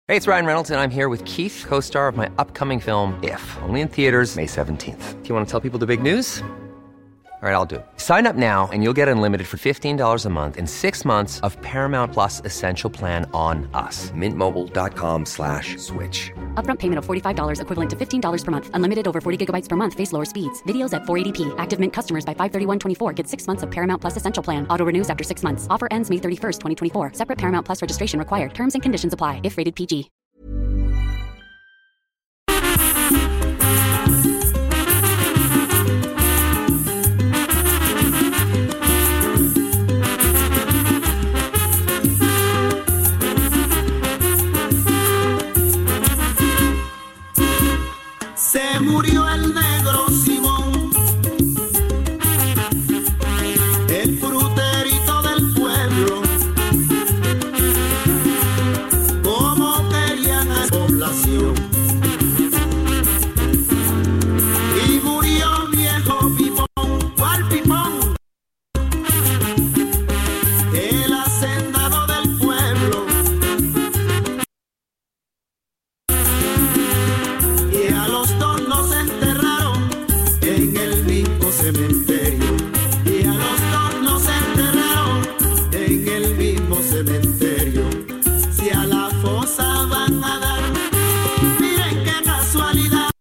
Hey, it's Ryan Reynolds, and I'm here with Keith, co-star of my upcoming film, If, only in theaters May 17th. Do you want to tell people the big news? All right, I'll do it. Sign up now and you'll get unlimited for $15 a month and 6 months of Paramount Plus Essential Plan on us. MintMobile.com/switch. Upfront payment of $45 equivalent to $15 per month. Unlimited over 40 gigabytes per month. Face lower speeds. Videos at 480p. Active Mint customers by 531.24 get 6 months of Paramount Plus Essential Plan. Auto renews after 6 months. Offer ends May 31st, 2024. Separate Paramount Plus registration required. Terms and conditions apply if rated PG. Se murió el negro Simón, el fruterito del pueblo, como querían a la población. Y murió viejo Pipón, ¿cuál Pipón? El hacendado del pueblo. Y a los dos los enterraron en el mismo cementerio. Y a los dos los enterraron en el mismo cementerio. Si a la fosa van a dar, miren qué casualidad.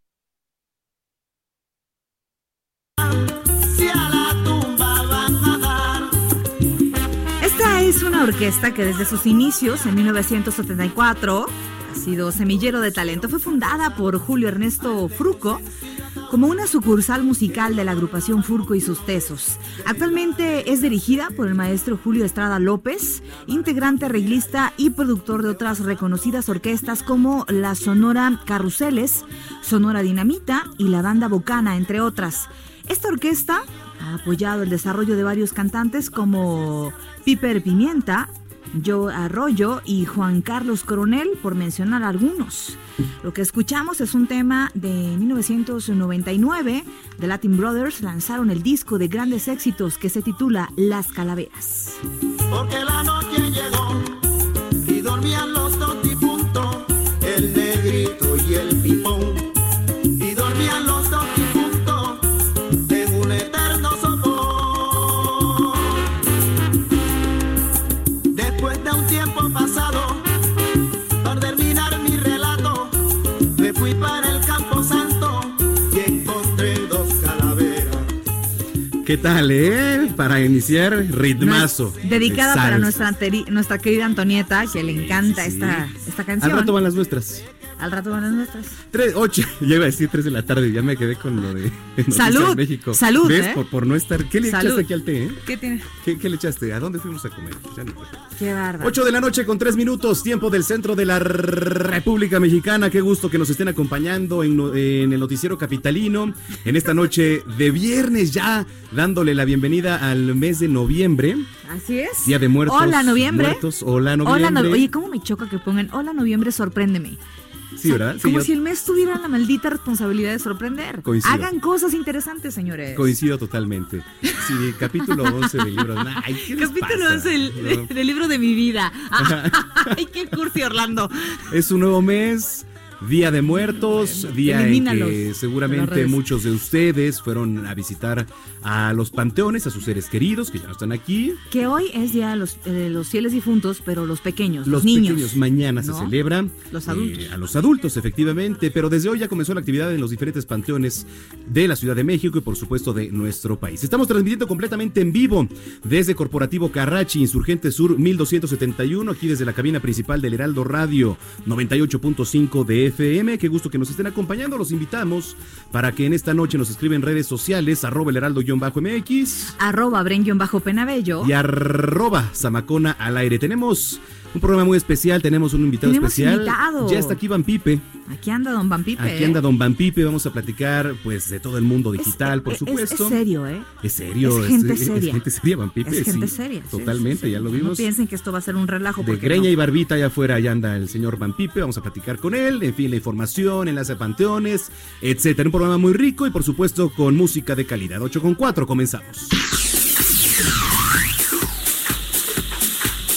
Si a la tumba van a dar. Esta es una orquesta que desde sus inicios, en 1974, ha sido semillero de talento. Fue fundada por Julio Ernesto Fruco como una sucursal musical de la agrupación Furco y sus Tesos. Actualmente es dirigida por el maestro Julio Estrada López, integrante, arreglista y productor de otras reconocidas orquestas como la Sonora Carruseles, Sonora Dinamita y la Banda Bocana, entre otras. Esta orquesta ha apoyado el desarrollo de varios cantantes como Piper Pimienta, Joe Arroyo y Juan Carlos Coronel, por mencionar algunos. Lo que escuchamos es un tema de 1999 de Latin Brothers. Lanzaron el disco de grandes éxitos que se titula Las Calaveras. Porque la noche llegó y dormían los dos difuntos, el negrito y el pipón. Y dormían los dos difuntos en un eterno sopor. Después de un tiempo pasado, para terminar mi relato, me fui para el Campo Santo y encontré dos calaveras. ¿Qué tal, Para iniciar, ritmazo. Dedicada para nuestra querida Antonieta, que le encanta esta canción. Al rato van las nuestras. Al rato van las nuestras. 8, ya iba a decir 3 de la tarde, ya me quedé con lo de Salud, México. Salud, ¿Ves? Por no estar. ¿Qué le echaste aquí al té, ¿Qué tiene? ¿Qué le echaste? ¿A dónde fuimos a comer? Ya no. Qué bárbaro. 8 de la noche con 3 minutos, tiempo del centro de la República Mexicana. Qué gusto que nos estén acompañando en el noticiero capitalino en esta noche de viernes, ya dándole la bienvenida al mes de noviembre. Así es. Día de Muertos. Hola, noviembre. Hola, noviembre. Oye, ¿cómo me choca que pongan hola, noviembre, sorpréndeme? Sí, ¿verdad? Sí, como si el mes tuviera la maldita responsabilidad de sorprender. Coincido. Hagan cosas interesantes, señores. Coincido totalmente. Sí, capítulo 11 del libro. Ay, ¿qué les capítulo pasa? 11 del libro de mi vida. Ay, qué cursi, Orlando. Es un nuevo mes. Día de Muertos, día en que seguramente muchos de ustedes fueron a visitar a los panteones, a sus seres queridos que ya no están aquí. Que hoy es día de los fieles difuntos, pero los pequeños, los niños. Pequeños, mañana se celebra. Los adultos. A los adultos, efectivamente, pero desde hoy ya comenzó la actividad en los diferentes panteones de la Ciudad de México y por supuesto de nuestro país. Estamos transmitiendo completamente en vivo desde Corporativo Carrachi, Insurgente Sur 1271, aquí desde la cabina principal del Heraldo Radio 98.5 de FM. Qué gusto que nos estén acompañando. Los invitamos para que en esta noche nos escriben en redes sociales @el heraldo_mx, @bren_penabello y @zamacona al aire. Tenemos un programa muy especial, tenemos un invitado especial. Ya está aquí Van Pipe. Aquí anda Don Van Pipe. Aquí anda Don Van Pipe. Vamos a platicar pues de todo el mundo digital, por supuesto. Es serio, Es serio. Es gente seria. Es gente seria, Van Pipe. Es gente seria. Totalmente, sí. Ya lo vimos. No piensen que esto va a ser un relajo. De greña y barbita allá afuera, allá anda el señor Van Pipe. Vamos a platicar con él. En fin, la información, enlace a panteones, etcétera. Un programa muy rico y por supuesto con música de calidad. 8:04, comenzamos.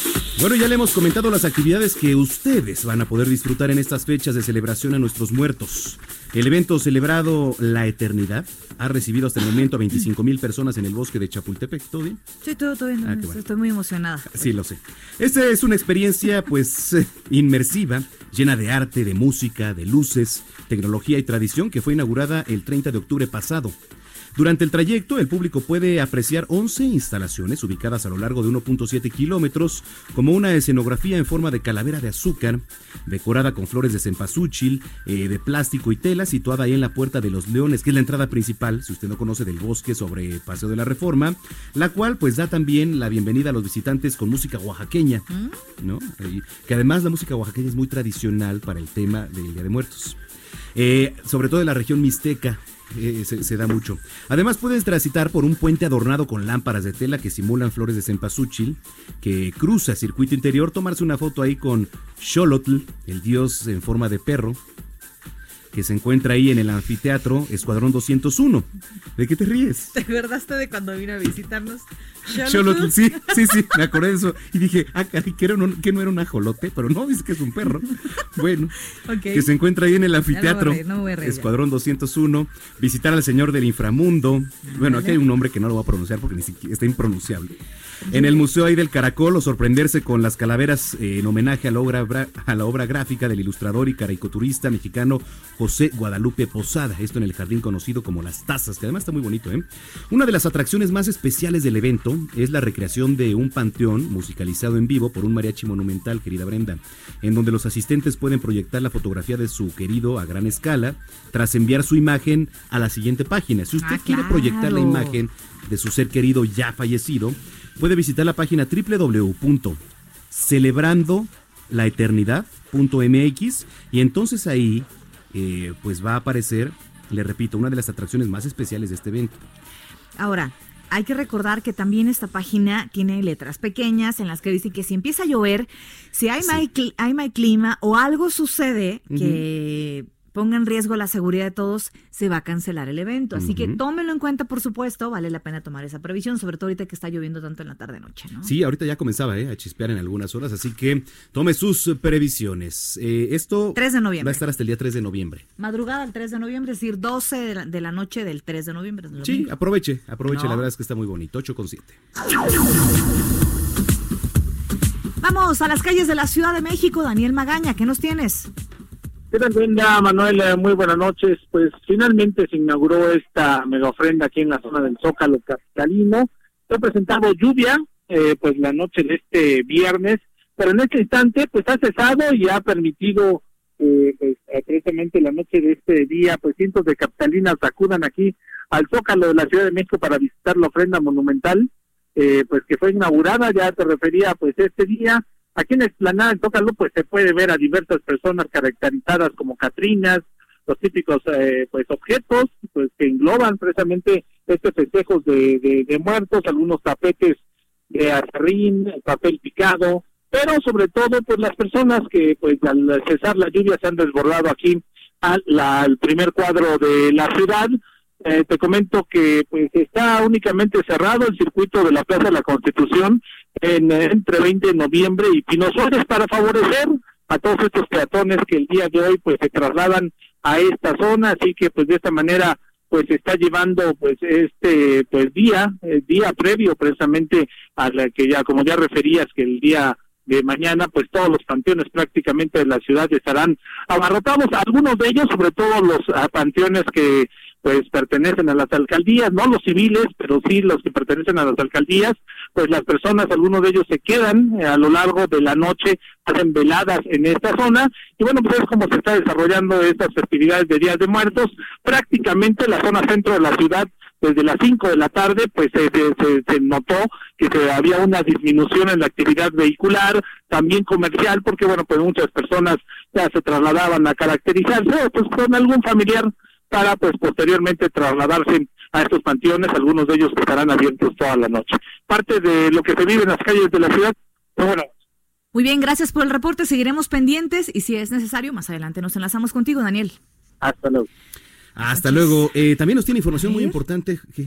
Bueno, ya le hemos comentado las actividades que ustedes van a poder disfrutar en estas fechas de celebración a nuestros muertos. El evento celebrado La Eternidad ha recibido hasta el momento a 25,000 personas en el bosque de Chapultepec. ¿Todo bien? Sí, todo bien. Bueno. Estoy muy emocionada. Sí, lo sé. Esta es una experiencia, pues, inmersiva, llena de arte, de música, de luces, tecnología y tradición, que fue inaugurada el 30 de octubre pasado. Durante el trayecto, el público puede apreciar 11 instalaciones ubicadas a lo largo de 1.7 kilómetros, como una escenografía en forma de calavera de azúcar, decorada con flores de cempasúchil, de plástico y tela, situada ahí en la Puerta de los Leones, que es la entrada principal, si usted no conoce, del bosque sobre Paseo de la Reforma, la cual pues da también la bienvenida a los visitantes con música oaxaqueña, ¿no? Que además la música oaxaqueña es muy tradicional para el tema del Día de Muertos. Sobre todo en la región mixteca. Se da mucho. Además puedes transitar por un puente adornado con lámparas de tela que simulan flores de cempasúchil, que cruza circuito interior, tomarse una foto ahí con Xolotl, el dios en forma de perro, que se encuentra ahí en el anfiteatro Escuadrón 201. ¿De qué te ríes? ¿Te acordaste de cuando vino a visitarnos Xolotl? Sí, me acordé de eso. Y dije, caray, que no era un ajolote, pero no, dice que es un perro. Bueno, okay. Que se encuentra ahí en el anfiteatro Escuadrón 201. Visitar al Señor del Inframundo. Bueno, aquí hay un nombre que no lo voy a pronunciar porque ni siquiera está impronunciable. En el Museo ahí del Caracol, o sorprenderse con las calaveras en homenaje a la obra gráfica del ilustrador y caricaturista mexicano José Guadalupe Posada, esto en el jardín conocido como Las Tazas, que además está muy bonito, ¿eh? Una de las atracciones más especiales del evento es la recreación de un panteón musicalizado en vivo por un mariachi monumental, querida Brenda, en donde los asistentes pueden proyectar la fotografía de su querido a gran escala, tras enviar su imagen a la siguiente página. Si usted quiere proyectar la imagen de su ser querido ya fallecido, puede visitar la página www.celebrandolaeternidad.mx y entonces ahí pues va a aparecer, le repito, una de las atracciones más especiales de este evento. Ahora, hay que recordar que también esta página tiene letras pequeñas en las que dice que si empieza a llover, si hay mal clima o algo sucede que ponga en riesgo la seguridad de todos, se va a cancelar el evento. Así que tómenlo en cuenta, por supuesto, vale la pena tomar esa previsión, sobre todo ahorita que está lloviendo tanto en la tarde-noche, ¿no? Sí, ahorita ya comenzaba a chispear en algunas horas, así que tome sus previsiones. Esto 3 de noviembre. Va a estar hasta el día 3 de noviembre. Madrugada al 3 de noviembre, es decir, 12 de la noche del 3 de noviembre. Sí, aproveche, no. La verdad es que está muy bonito, 8:7. Vamos a las calles de la Ciudad de México. Daniel Magaña, ¿qué nos tienes? ¿Qué tal, Brenda? Manuel, muy buenas noches. Pues finalmente se inauguró esta mega ofrenda aquí en la zona del Zócalo capitalino. Se ha presentado lluvia, pues la noche de este viernes, pero en este instante pues ha cesado y ha permitido pues precisamente la noche de este día, pues cientos de capitalinas acudan aquí al Zócalo de la Ciudad de México para visitar la ofrenda monumental, pues que fue inaugurada, ya te refería, pues este día. Aquí en la explanada del Zócalo pues se puede ver a diversas personas caracterizadas como catrinas, los típicos pues objetos pues que engloban precisamente estos festejos de muertos, algunos tapetes de acerrín, papel picado, pero sobre todo pues las personas que pues al cesar la lluvia se han desbordado aquí al primer cuadro de la ciudad. Te comento que pues está únicamente cerrado el circuito de la Plaza de la Constitución entre 20 de noviembre y Pino Suárez para favorecer a todos estos peatones que el día de hoy pues se trasladan a esta zona, así que pues de esta manera pues se está llevando pues este pues el día previo precisamente a la que ya como ya referías que el día de mañana pues todos los panteones prácticamente de la ciudad estarán abarrotados, algunos de ellos sobre todo los panteones que pues pertenecen a las alcaldías, no los civiles, pero sí los que pertenecen a las alcaldías, pues las personas, algunos de ellos se quedan a lo largo de la noche, hacen veladas en esta zona, y bueno, pues es como se está desarrollando estas festividades de Días de Muertos, prácticamente la zona centro de la ciudad, desde las 5 de la tarde, pues se notó que había una disminución en la actividad vehicular, también comercial, porque bueno, pues muchas personas ya se trasladaban a caracterizarse, pues con algún familiar, para pues posteriormente trasladarse a estos panteones, algunos de ellos estarán abiertos toda la noche. Parte de lo que se vive en las calles de la ciudad, pues bueno. Muy bien, gracias por el reporte, seguiremos pendientes y si es necesario, más adelante nos enlazamos contigo, Daniel. Hasta luego. Hasta luego. También nos tiene información muy importante.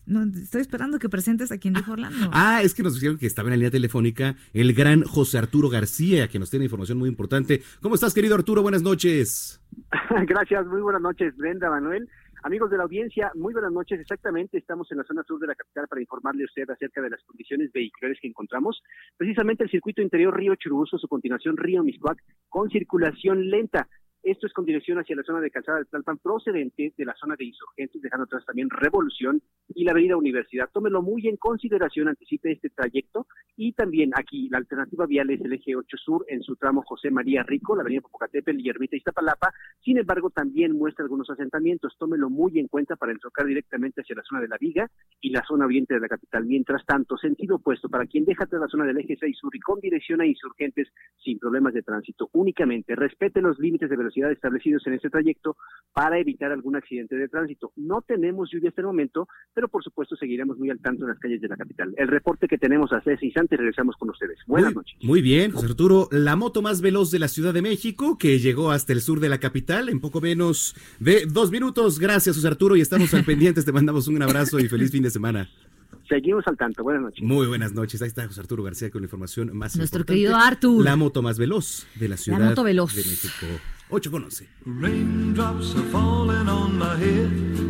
No, estoy esperando que presentes a quien dijo Orlando. Es que nos dijeron que estaba en la línea telefónica el gran José Arturo García, que nos tiene información muy importante. ¿Cómo estás, querido Arturo? Buenas noches. Gracias, muy buenas noches, Brenda, Manuel. Amigos de la audiencia, muy buenas noches. Exactamente, estamos en la zona sur de la capital para informarle a usted acerca de las condiciones vehiculares que encontramos. Precisamente el circuito interior Río Churubusco, su continuación Río Mixcoac, con circulación lenta. Esto es con dirección hacia la zona de Calzada de Tlalpan, procedente de la zona de Insurgentes, dejando atrás también Revolución y la avenida Universidad. Tómelo muy en consideración, anticipe este trayecto. Y también aquí la alternativa vial es el eje 8 Sur en su tramo José María Rico, la avenida Popocatépetl y Ermita Iztapalapa. Sin embargo, también muestra algunos asentamientos. Tómelo muy en cuenta para enfocar directamente hacia la zona de La Viga y la zona oriente de la capital. Mientras tanto, sentido opuesto para quien deja atrás la zona del eje 6 Sur y con dirección a Insurgentes sin problemas de tránsito. Únicamente respete los límites de velocidad establecidos en este trayecto para evitar algún accidente de tránsito. No tenemos lluvia hasta el momento, pero por supuesto seguiremos muy al tanto en las calles de la capital. El reporte que tenemos hace ese instante, regresamos con ustedes. Buenas noches. Muy bien, José Arturo, la moto más veloz de la Ciudad de México, que llegó hasta el sur de la capital en poco menos de 2 minutos. Gracias, José Arturo, y estamos al pendiente. Te mandamos un abrazo y feliz fin de semana. Seguimos al tanto. Buenas noches. Muy buenas noches. Ahí está José Arturo García con la información más Nuestro importante. querido Artur. La moto más veloz de la Ciudad La moto veloz de México. 8:11. Raindrops are falling on my head,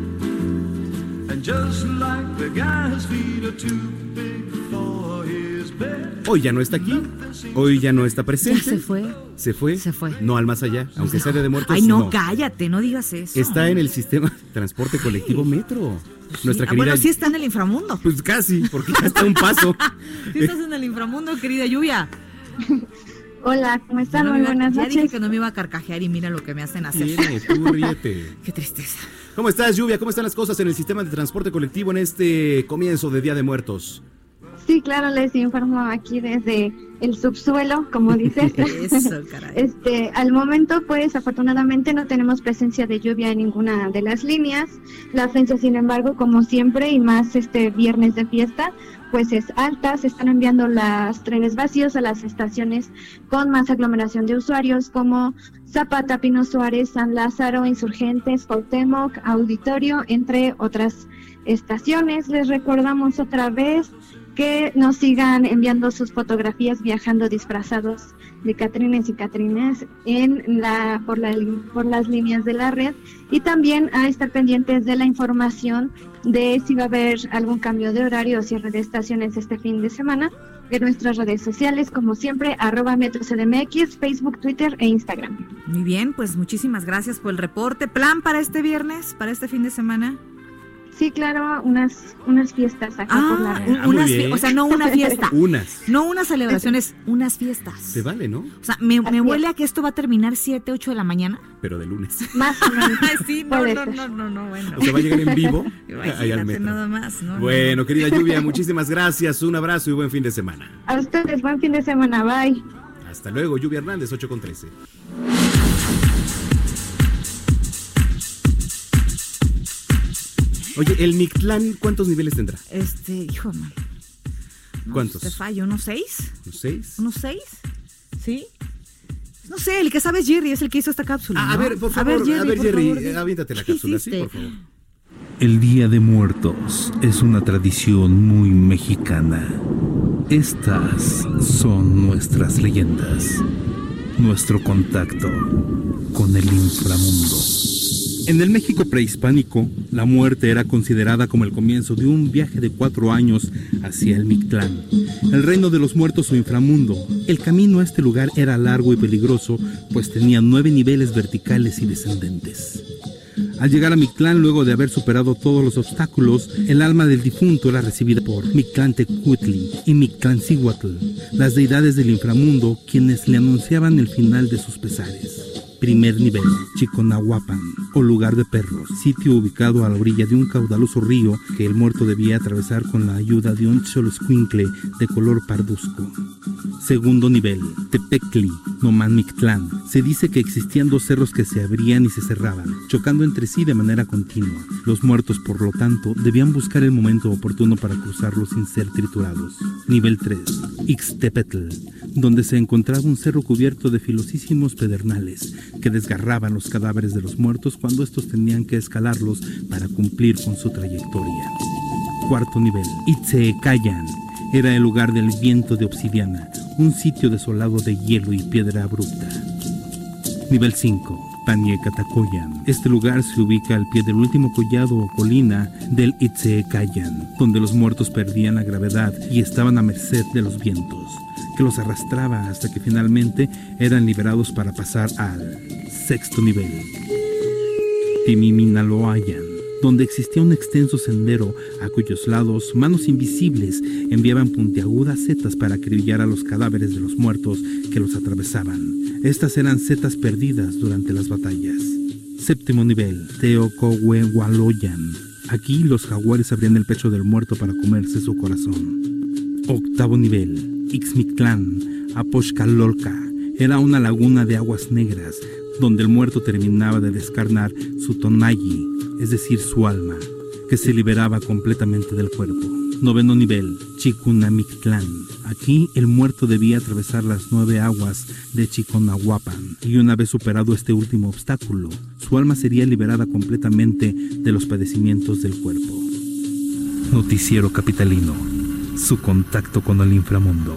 and just like the guy's feet are too big for his bed. Hoy ya no está aquí, hoy ya no está presente. Ya se fue. ¿Se fue? Se fue. No al más allá, aunque sea de muertos. Ay, no, cállate, no digas eso. Está en el sistema de transporte colectivo Metro. Nuestra querida... Bueno, sí está en el inframundo. Pues casi, porque ya está un paso. Sí estás en el inframundo, querida Lluvia. Hola, ¿cómo están? Muy buenas Ya noches. dije que no me iba a carcajear y mira lo que me hacen hacer. Tiene, tú ríete. Qué tristeza. ¿Cómo estás, Lluvia? ¿Cómo están las cosas en el sistema de transporte colectivo en este comienzo de Día de Muertos? Sí, claro, les informo aquí desde el subsuelo, como dices. Eso, caray. Al momento, pues, afortunadamente no tenemos presencia de lluvia en ninguna de las líneas. La afluencia, sin embargo, como siempre, y más este viernes de fiesta, pues es alta. Se están enviando los trenes vacíos a las estaciones con más aglomeración de usuarios, como Zapata, Pino Suárez, San Lázaro, Insurgentes, Cuauhtémoc, Auditorio, entre otras estaciones. Les recordamos otra vez que nos sigan enviando sus fotografías viajando disfrazados de catrines y catrines por las líneas de la red, y también a estar pendientes de la información de si va a haber algún cambio de horario o cierre de estaciones este fin de semana en nuestras redes sociales, como siempre, @MetroCDMX, Facebook, Twitter e Instagram. Muy bien, pues muchísimas gracias por el reporte. ¿Plan para este viernes, para este fin de semana? Sí, claro, unas fiestas acá por la red. O sea, no una fiesta. No unas celebraciones, unas fiestas. Se vale, ¿no? O sea, me huele a que esto va a terminar 7, 8 de la mañana. Pero de lunes. Más o menos. Sí, no, bueno. O sea, va a llegar en vivo. Ahí al metro. Nada más, ¿no? Bueno, querida Lluvia, muchísimas gracias. Un abrazo y buen fin de semana. A ustedes, buen fin de semana. Bye. Hasta luego, Lluvia Hernández, 8:13. Oye, el Mictlán, ¿cuántos niveles tendrá? Hijo, man. No, ¿Cuántos? Te fallo, ¿unos 6? ¿Unos 6? ¿Unos 6? ¿Sí? No sé, el que sabe es Jerry, es el que hizo esta cápsula, ¿no? A ver, por favor, Jerry, aviéntate la cápsula, sí, por favor. El Día de Muertos es una tradición muy mexicana. Estas son nuestras leyendas, nuestro contacto con el inframundo. En el México prehispánico, la muerte era considerada como el comienzo de un viaje de 4 años hacia el Mictlán, el reino de los muertos o inframundo. El camino a este lugar era largo y peligroso, pues tenía 9 niveles verticales y descendentes. Al llegar a Mictlán, luego de haber superado todos los obstáculos, el alma del difunto era recibida por Mictlantecutli y Mictlancíhuatl, las deidades del inframundo, quienes le anunciaban el final de sus pesares. Primer nivel, Chiconahuapan, o lugar de perros, sitio ubicado a la orilla de un caudaloso río que el muerto debía atravesar con la ayuda de un xoloscuincle de color parduzco. Segundo nivel, Tepectli, Nomán Mictlán. Se dice que existían 2 cerros que se abrían y se cerraban, chocando entre sí de manera continua. Los muertos, por lo tanto, debían buscar el momento oportuno para cruzarlos sin ser triturados. Nivel 3, Ixtepetl, donde se encontraba un cerro cubierto de filosísimos pedernales que desgarraban los cadáveres de los muertos cuando estos tenían que escalarlos para cumplir con su trayectoria. Cuarto nivel, Itzecayan. Era el lugar del viento de obsidiana, un sitio desolado de hielo y piedra abrupta. Nivel 5, Paniecatacoyan. Este lugar se ubica al pie del último collado o colina del Itzecayan, donde los muertos perdían la gravedad y estaban a merced de los vientos, que los arrastraba hasta que finalmente eran liberados para pasar al sexto nivel, Timiminaloayan, donde existía un extenso sendero a cuyos lados manos invisibles enviaban puntiagudas setas para acribillar a los cadáveres de los muertos que los atravesaban. Estas eran setas perdidas durante las batallas. Séptimo nivel, Teocohuehualoyan. Aquí los jaguares abrían el pecho del muerto para comerse su corazón. Octavo nivel, Ixmictlán, Apoxcalolca. Era una laguna de aguas negras, donde el muerto terminaba de descarnar su tonayi, es decir, su alma, que se liberaba completamente del cuerpo. Noveno nivel, Chicunamictlán. Aquí el muerto debía atravesar las 9 aguas de Chiconahuapan, y una vez superado este último obstáculo, su alma sería liberada completamente de los padecimientos del cuerpo. Noticiero Capitalino, su contacto con el inframundo.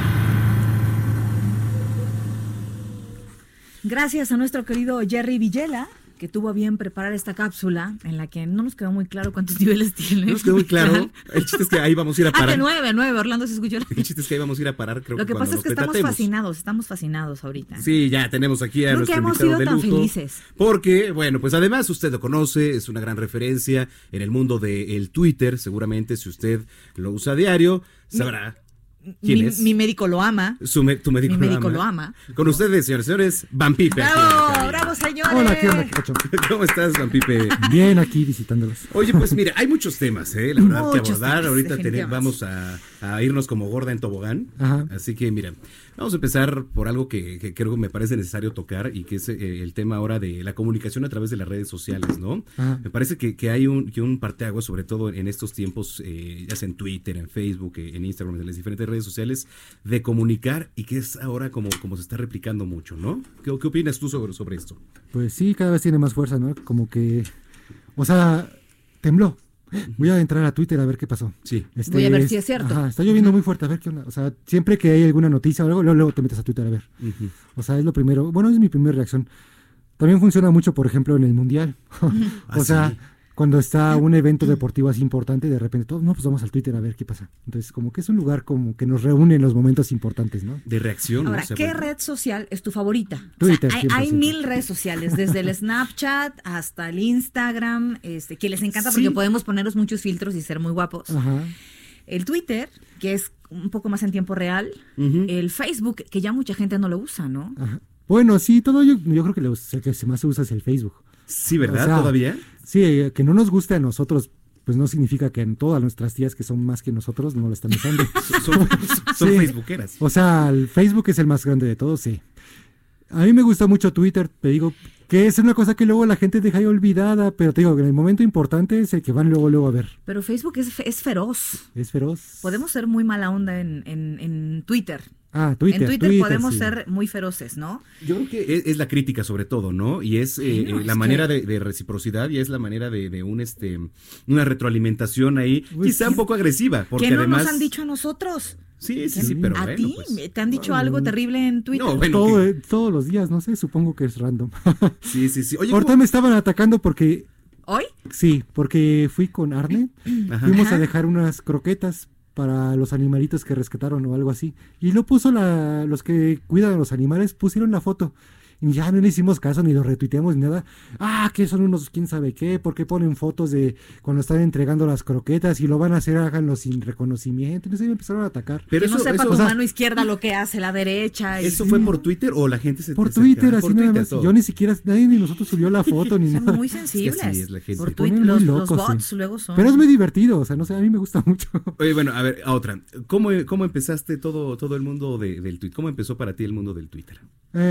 Gracias a nuestro querido Jerry Villela, que tuvo a bien preparar esta cápsula, en la que no nos quedó muy claro cuántos niveles tiene. No nos quedó muy claro. El chiste es que ahí vamos a ir a parar. Que 9, Orlando se escuchó. El chiste es que ahí vamos a ir a parar, creo. Lo que pasa es que estamos fascinados ahorita. Sí, ya tenemos aquí a nuestro invitado de lujo. Nunca hemos sido tan felices. Porque, bueno, pues además usted lo conoce, es una gran referencia en el mundo del Twitter, seguramente si usted lo usa a diario, sabrá. ¿Quién es? Mi médico lo ama. Tu médico Mi médico lo ama. Con ustedes, señores, Van Pipe. ¡Bravo, señores! Hola, ¿qué onda, qué pacho? ¿Cómo estás, Van Pipe? Bien, aquí visitándolos. Oye, pues mira, hay muchos temas, la verdad, que abordar. Temas, Ahorita vamos a irnos como gorda en tobogán. Ajá. Así que, mira, vamos a empezar por algo que creo que me parece necesario tocar y que es el tema ahora de la comunicación a través de las redes sociales, ¿no? Ajá. Me parece que hay un parteaguas, sobre todo en estos tiempos, ya sea en Twitter, en Facebook, en Instagram, en las diferentes redes sociales, de comunicar y que es ahora como se está replicando mucho, ¿no? ¿Qué opinas tú sobre esto? Pues sí, cada vez tiene más fuerza, ¿no? Como que, o sea, tembló. Voy a entrar a Twitter a ver qué pasó. Sí. Voy a ver si es cierto. Ajá, está lloviendo muy fuerte, a ver qué onda. O sea, siempre que hay alguna noticia o algo, luego te metes a Twitter a ver. Uh-huh. O sea, es lo primero. Bueno, es mi primera reacción. También funciona mucho, por ejemplo, en el Mundial. O sea, ¿sí? Cuando está un evento deportivo así importante, de repente todos, no, pues vamos al Twitter a ver qué pasa. Entonces, como que es un lugar como que nos reúne en los momentos importantes, ¿no? De reacción. Ahora, ¿no? ¿qué red social es tu favorita? Twitter, o sea, hay 100%. 1000 redes sociales, desde el Snapchat hasta el Instagram, que les encanta porque Sí. podemos ponernos muchos filtros y ser muy guapos. Ajá. El Twitter, que es un poco más en tiempo real. Uh-huh. El Facebook, que ya mucha gente no lo usa, ¿no? Ajá. Bueno, sí, todo yo creo que el que más se usa es el Facebook. Sí, ¿verdad? O sea, ¿Todavía? Sí, que no nos guste a nosotros, pues no significa que en todas nuestras tías que son más que nosotros no lo están usando. Son Sí. facebookeras. O sea, el Facebook es el más grande de todos, sí. A mí me gusta mucho Twitter, te digo, que es una cosa que luego la gente deja ahí olvidada, pero te digo que en el momento importante es el que van luego a ver. Pero Facebook es feroz. Es feroz. Podemos ser muy mala onda en Twitter. Ah, Twitter. En Twitter podemos sí. ser muy feroces, ¿no? Yo creo que es la crítica sobre todo, ¿no? Y es Bueno, la es manera que- de reciprocidad y es la manera de una retroalimentación ahí, Pues quizá sí. un poco agresiva, porque ¿Qué no además... nos han dicho a nosotros? Sí, pero ¿A bueno, ti? pues... ¿Te han dicho algo terrible en Twitter? No, bueno, Todos los días, no sé, supongo que es random. sí. Oye, Ahorita ¿cómo? me estaban atacando porque, ¿Hoy? sí, porque fui con Arne, Ajá. fuimos Ajá. a dejar unas croquetas para los animalitos que rescataron o algo así. Y lo puso los que cuidan a los animales, pusieron la foto. Y ya no le hicimos caso, ni lo retuiteamos, ni nada. Ah, que son unos quién sabe qué, ¿por qué ponen fotos de cuando están entregando las croquetas y lo van a hacer, háganlo sin reconocimiento? Entonces me empezaron a atacar. Pero Que no eso, sepa eso, tu o sea, mano izquierda lo que hace la derecha. ¿eso fue por Twitter o la gente se Por se- Twitter, por así nada Twitter más. todo? Yo ni siquiera, nadie ni nosotros subió la foto ni Son nada. muy sensibles. sí, es la gente. Por Se ponen Twitter, muy los locos, bots sí. luego son. Pero es muy divertido, o sea, no sé, a mí me gusta mucho. Oye, bueno, a ver, a otra. ¿Cómo empezaste todo el mundo del Twitter? ¿Cómo empezó para ti el mundo del Twitter?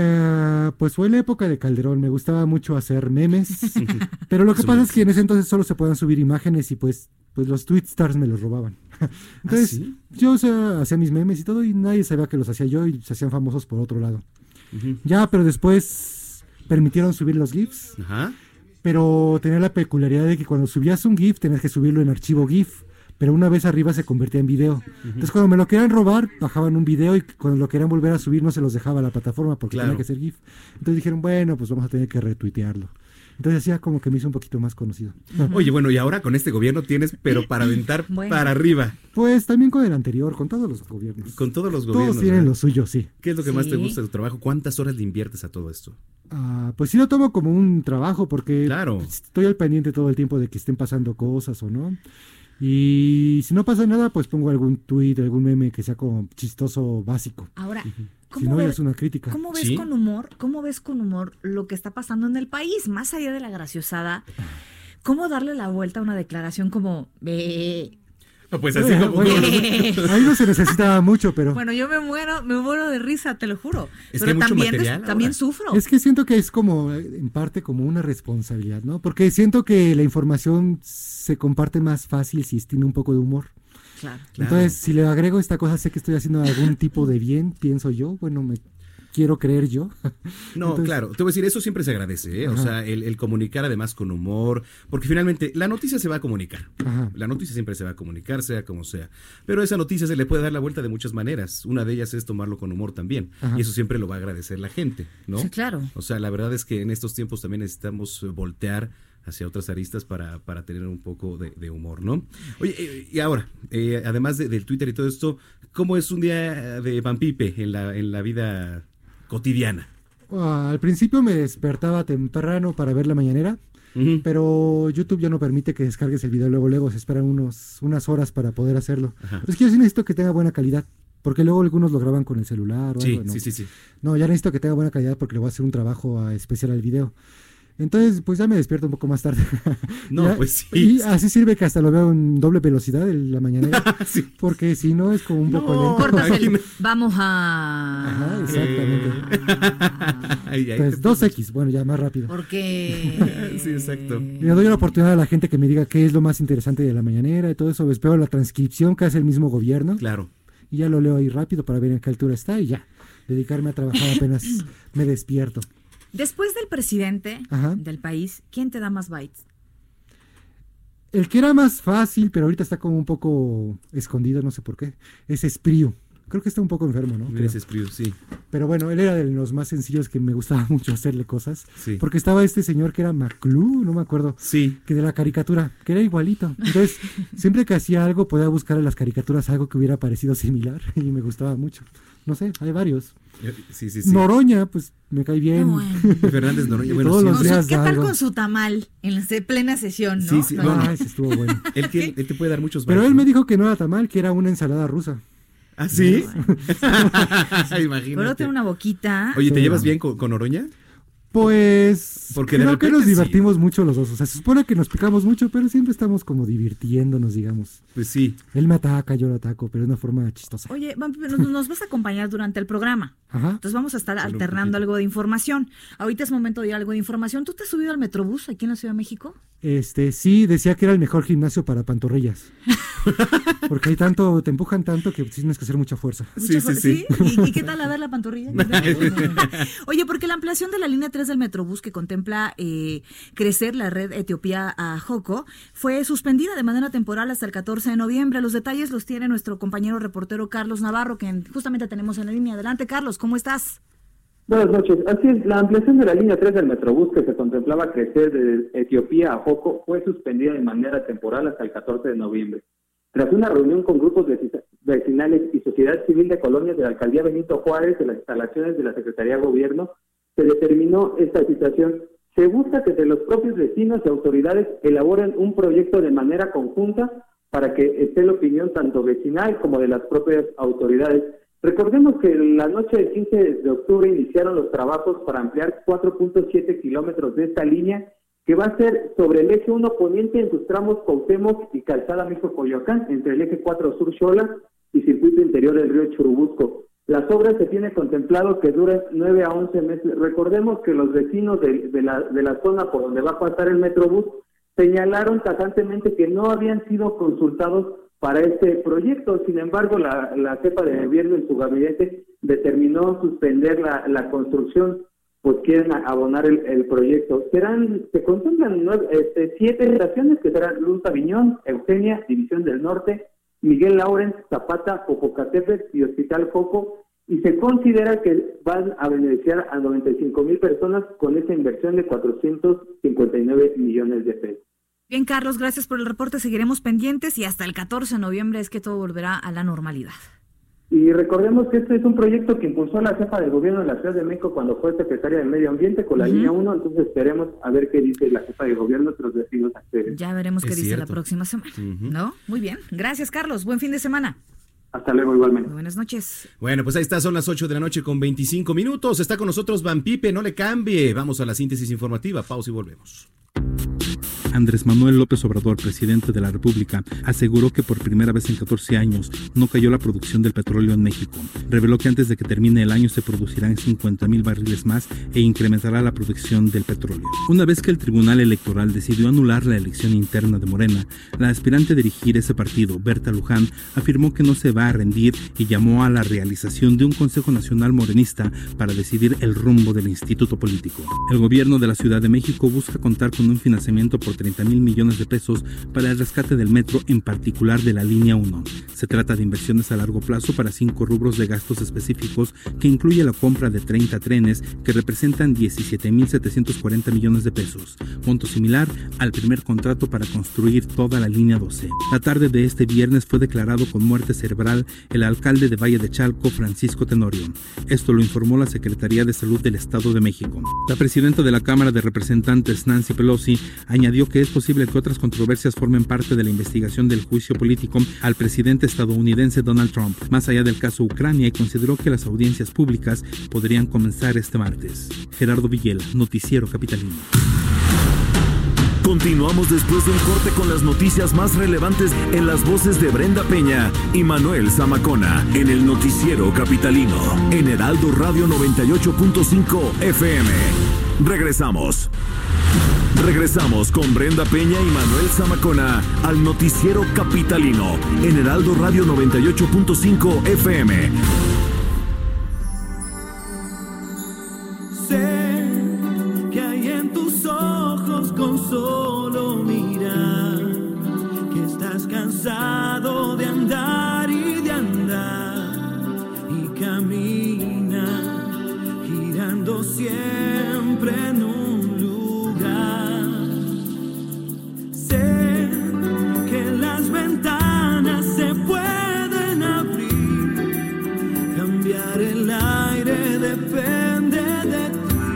Pues fue la época de Calderón, me gustaba mucho hacer memes, pero lo que Son pasa memes. es que en ese entonces solo se podían subir imágenes y pues los tweetstars me los robaban. Entonces ¿sí? yo o sea, hacía mis memes y todo y nadie sabía que los hacía yo y se hacían famosos por otro lado. Ujú. Ya, pero después permitieron subir los GIFs, Ajá. pero tenía la peculiaridad de que cuando subías un GIF tenías que subirlo en archivo GIF pero una vez arriba se convertía en video. Entonces cuando me lo querían robar, bajaban un video y cuando lo querían volver a subir no se los dejaba la plataforma porque tenía que ser GIF. Entonces dijeron, bueno, pues vamos a tener que retuitearlo. Entonces hacía como que me hizo un poquito más conocido. Oye, bueno, y ahora con este gobierno tienes, pero para aventar para arriba. Pues también con el anterior, con todos los gobiernos. Con todos los gobiernos. Todos tienen lo suyo, sí. ¿Qué es lo que más te gusta de tu trabajo? ¿Cuántas horas le inviertes a todo esto? Pues sí lo tomo como un trabajo porque claro, estoy al pendiente todo el tiempo de que estén pasando cosas o no. Y si no pasa nada, pues pongo algún tuit, algún meme que sea como chistoso, básico. Ahora, si no, es una crítica. ¿Cómo ves con humor lo que está pasando en el país? Más allá de la graciosada, ¿cómo darle la vuelta a una declaración como... No, pues así como... Ahí no se necesitaba mucho, pero... Bueno, yo me muero de risa, te lo juro. Es pero que hay mucho material también sufro. Es que siento que es como, en parte, como una responsabilidad, ¿no? Porque siento que la información se comparte más fácil si tiene un poco de humor. Claro. Entonces, si le agrego esta cosa, sé que estoy haciendo algún tipo de bien, pienso yo. Bueno, me quiero creer yo. No, entonces, claro, te voy a decir, eso siempre se agradece, ¿eh? O sea, el comunicar además con humor, porque finalmente la noticia se va a comunicar. Ajá. La noticia siempre se va a comunicar, sea como sea. Pero a esa noticia se le puede dar la vuelta de muchas maneras. Una de ellas es tomarlo con humor también. Ajá. Y eso siempre lo va a agradecer la gente, ¿no? Sí, claro. O sea, la verdad es que en estos tiempos también necesitamos voltear hacia otras aristas para tener un poco de humor, ¿no? Oye, y ahora, además del Twitter y todo esto, ¿cómo es un día de Pampipe en la vida cotidiana? Al principio me despertaba temprano para ver la mañanera, pero YouTube ya no permite que descargues el video luego, se esperan unas horas para poder hacerlo. Pero es que yo sí necesito que tenga buena calidad, porque luego algunos lo graban con el celular o algo. Sí. No, ya necesito que tenga buena calidad porque le voy a hacer un trabajo especial al video. Entonces, pues ya me despierto un poco más tarde. No, pues sí. Y así sirve que hasta lo veo en doble velocidad en la mañanera. Sí. Porque si no es como un poco lento. Cortas vamos a... Ajá, exactamente. Pues 2X, bueno, ya más rápido. Porque... Sí, exacto. Le doy la oportunidad a la gente que me diga qué es lo más interesante de la mañanera y todo eso. Espero la transcripción que hace el mismo gobierno. Claro. Y ya lo leo ahí rápido para ver en qué altura está y ya. Dedicarme a trabajar apenas me despierto. Después del presidente del país, ¿quién te da más bytes? El que era más fácil, pero ahorita está como un poco escondido, no sé por qué, es Espriu. Creo que está un poco enfermo, ¿no? Es Espriu, sí. Pero bueno, él era de los más sencillos que me gustaba mucho hacerle cosas. Sí. Porque estaba este señor que era Maclú, no me acuerdo. Sí. Que de la caricatura, que era igualito. Entonces, siempre que hacía algo, podía buscar en las caricaturas algo que hubiera parecido similar. Y me gustaba mucho. No sé, hay varios. Sí. Noroña, pues me cae bien. No, bueno. Fernández Noroña, bueno, todos los días ¿qué tal algo. Con su tamal en la plena sesión, no? Sí. Bueno, ese estuvo bueno. Él te puede dar muchos Pero bytes, él me dijo que no era tamal, que era una ensalada rusa. ¿Ah, sí? Imagínate. Pero tiene una boquita. Oye, ¿te llevas bien con Noroña? Pues porque creo que nos divertimos mucho los dos. O sea, se supone que nos picamos mucho, pero siempre estamos como divirtiéndonos, digamos. Pues sí. Él me ataca, yo lo ataco, pero de una forma chistosa. Oye, nos vas a acompañar durante el programa. Ajá. Entonces vamos a estar alternando algo de información. Ahorita es momento de ir a algo de información. ¿Tú te has subido al Metrobús aquí en la Ciudad de México? Sí, decía que era el mejor gimnasio para pantorrillas. Porque te empujan tanto que tienes que hacer mucha fuerza. Sí. ¿Y qué tal a ver la pantorrilla? Oye, porque la ampliación de la línea 3 del Metrobús que contempla crecer la red Etiopía a Joco fue suspendida de manera temporal hasta el 14 de noviembre. Los detalles los tiene nuestro compañero reportero Carlos Navarro, que justamente tenemos en la línea. Adelante, Carlos, ¿cómo estás? Buenas noches. Así es, la ampliación de la línea 3 del Metrobús que se contemplaba crecer de Etiopía a Joco fue suspendida de manera temporal hasta el 14 de noviembre. Tras una reunión con grupos vecinales y sociedad civil de colonias de la Alcaldía Benito Juárez de las instalaciones de la Secretaría de Gobierno, se determinó esta situación. Se busca que entre los propios vecinos y autoridades elaboren un proyecto de manera conjunta para que esté la opinión tanto vecinal como de las propias autoridades. Recordemos que la noche del 15 de octubre iniciaron los trabajos para ampliar 4.7 kilómetros de esta línea, que va a ser sobre el eje 1 poniente en sus tramos Cuauhtémoc y Calzada México-Coyoacán, entre el eje 4 Sur Xola y circuito interior del río Churubusco. Las obras se tiene contemplado que duran 9 a 11 meses. Recordemos que los vecinos de la zona por donde va a pasar el Metrobús señalaron tajantemente que no habían sido consultados para este proyecto. Sin embargo, la jefa de gobierno en su gabinete determinó suspender la construcción pues quieren abonar el proyecto. Se contemplan 7 estaciones que serán Luz Aviñón, Eugenia, División del Norte, Miguel Lawrence, Zapata, Popocatépetl y Hospital Joco, y se considera que van a beneficiar a 95,000 personas con esa inversión de 459 millones de pesos. Bien, Carlos, gracias por el reporte. Seguiremos pendientes y hasta el 14 de noviembre es que todo volverá a la normalidad. Y recordemos que este es un proyecto que impulsó la jefa del gobierno de la Ciudad de México cuando fue secretaria de Medio Ambiente con la línea 1, entonces esperemos a ver qué dice la jefa del gobierno que los vecinos acceden. Ya veremos qué dice la próxima semana, ¿no? Muy bien, gracias Carlos, buen fin de semana. Hasta luego, igualmente. Muy buenas noches. Bueno, pues ahí está, son las 8 de la noche con 25 minutos, está con nosotros Van Pipe, no le cambie, vamos a la síntesis informativa, pausa y volvemos. Andrés Manuel López Obrador, presidente de la República, aseguró que por primera vez en 14 años no cayó la producción del petróleo en México. Reveló que antes de que termine el año se producirán 50,000 barriles más e incrementará la producción del petróleo. Una vez que el Tribunal Electoral decidió anular la elección interna de Morena, la aspirante a dirigir ese partido, Berta Luján, afirmó que no se va a rendir y llamó a la realización de un Consejo Nacional Morenista para decidir el rumbo del instituto político. El gobierno de la Ciudad de México busca contar con un financiamiento por 30,000 millones de pesos para el rescate del metro, en particular de la línea 1. Se trata de inversiones a largo plazo para 5 rubros de gastos específicos que incluye la compra de 30 trenes que representan 17,740 millones de pesos, monto similar al primer contrato para construir toda la línea 12. La tarde de este viernes fue declarado con muerte cerebral el alcalde de Valle de Chalco, Francisco Tenorio. Esto lo informó la Secretaría de Salud del Estado de México. La presidenta de la Cámara de Representantes, Nancy Pelosi, añadió que es posible que otras controversias formen parte de la investigación del juicio político al presidente estadounidense Donald Trump, más allá del caso Ucrania, y consideró que las audiencias públicas podrían comenzar este martes. Gerardo Villela, Noticiero Capitalino. Continuamos después de un corte con las noticias más relevantes en las voces de Brenda Peña y Manuel Zamacona en el Noticiero Capitalino en Heraldo Radio 98.5 FM. Regresamos con Brenda Peña y Manuel Zamacona al Noticiero Capitalino en Heraldo Radio 98.5 FM. Sé que hay en tus ojos con solo mirar que estás cansado de andar y de andar y camina girando siempre en un lugar. Sé que las ventanas se pueden abrir, cambiar el aire depende de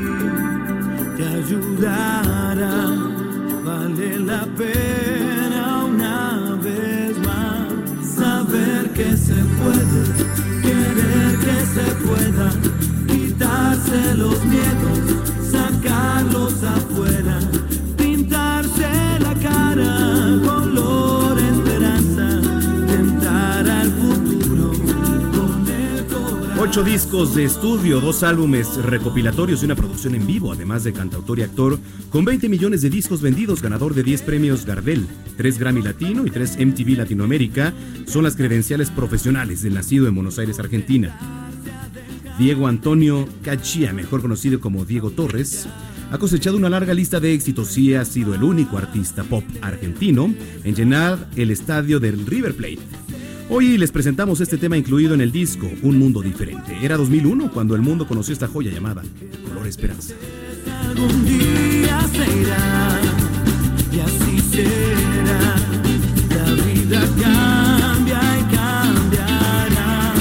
ti, te ayudará, vale la pena una vez más, saber que se puede, querer que se pueda, quitarse los miedos, sacarlos afuera, pintarse la cara, color esperanza, tentar al futuro con el corazón. 8 discos de estudio, 2 álbumes recopilatorios y una producción en vivo, además de cantautor y actor, con 20 millones de discos vendidos, ganador de 10 premios Gardel, 3 Grammy Latino y 3 MTV Latinoamérica, son las credenciales profesionales del nacido en Buenos Aires, Argentina. Diego Antonio Cachía, mejor conocido como Diego Torres, ha cosechado una larga lista de éxitos y ha sido el único artista pop argentino en llenar el estadio del River Plate. Hoy les presentamos este tema incluido en el disco Un Mundo Diferente. Era 2001 cuando el mundo conoció esta joya llamada Color Esperanza. Algún día se irá y así será, la vida cambia y cambiará,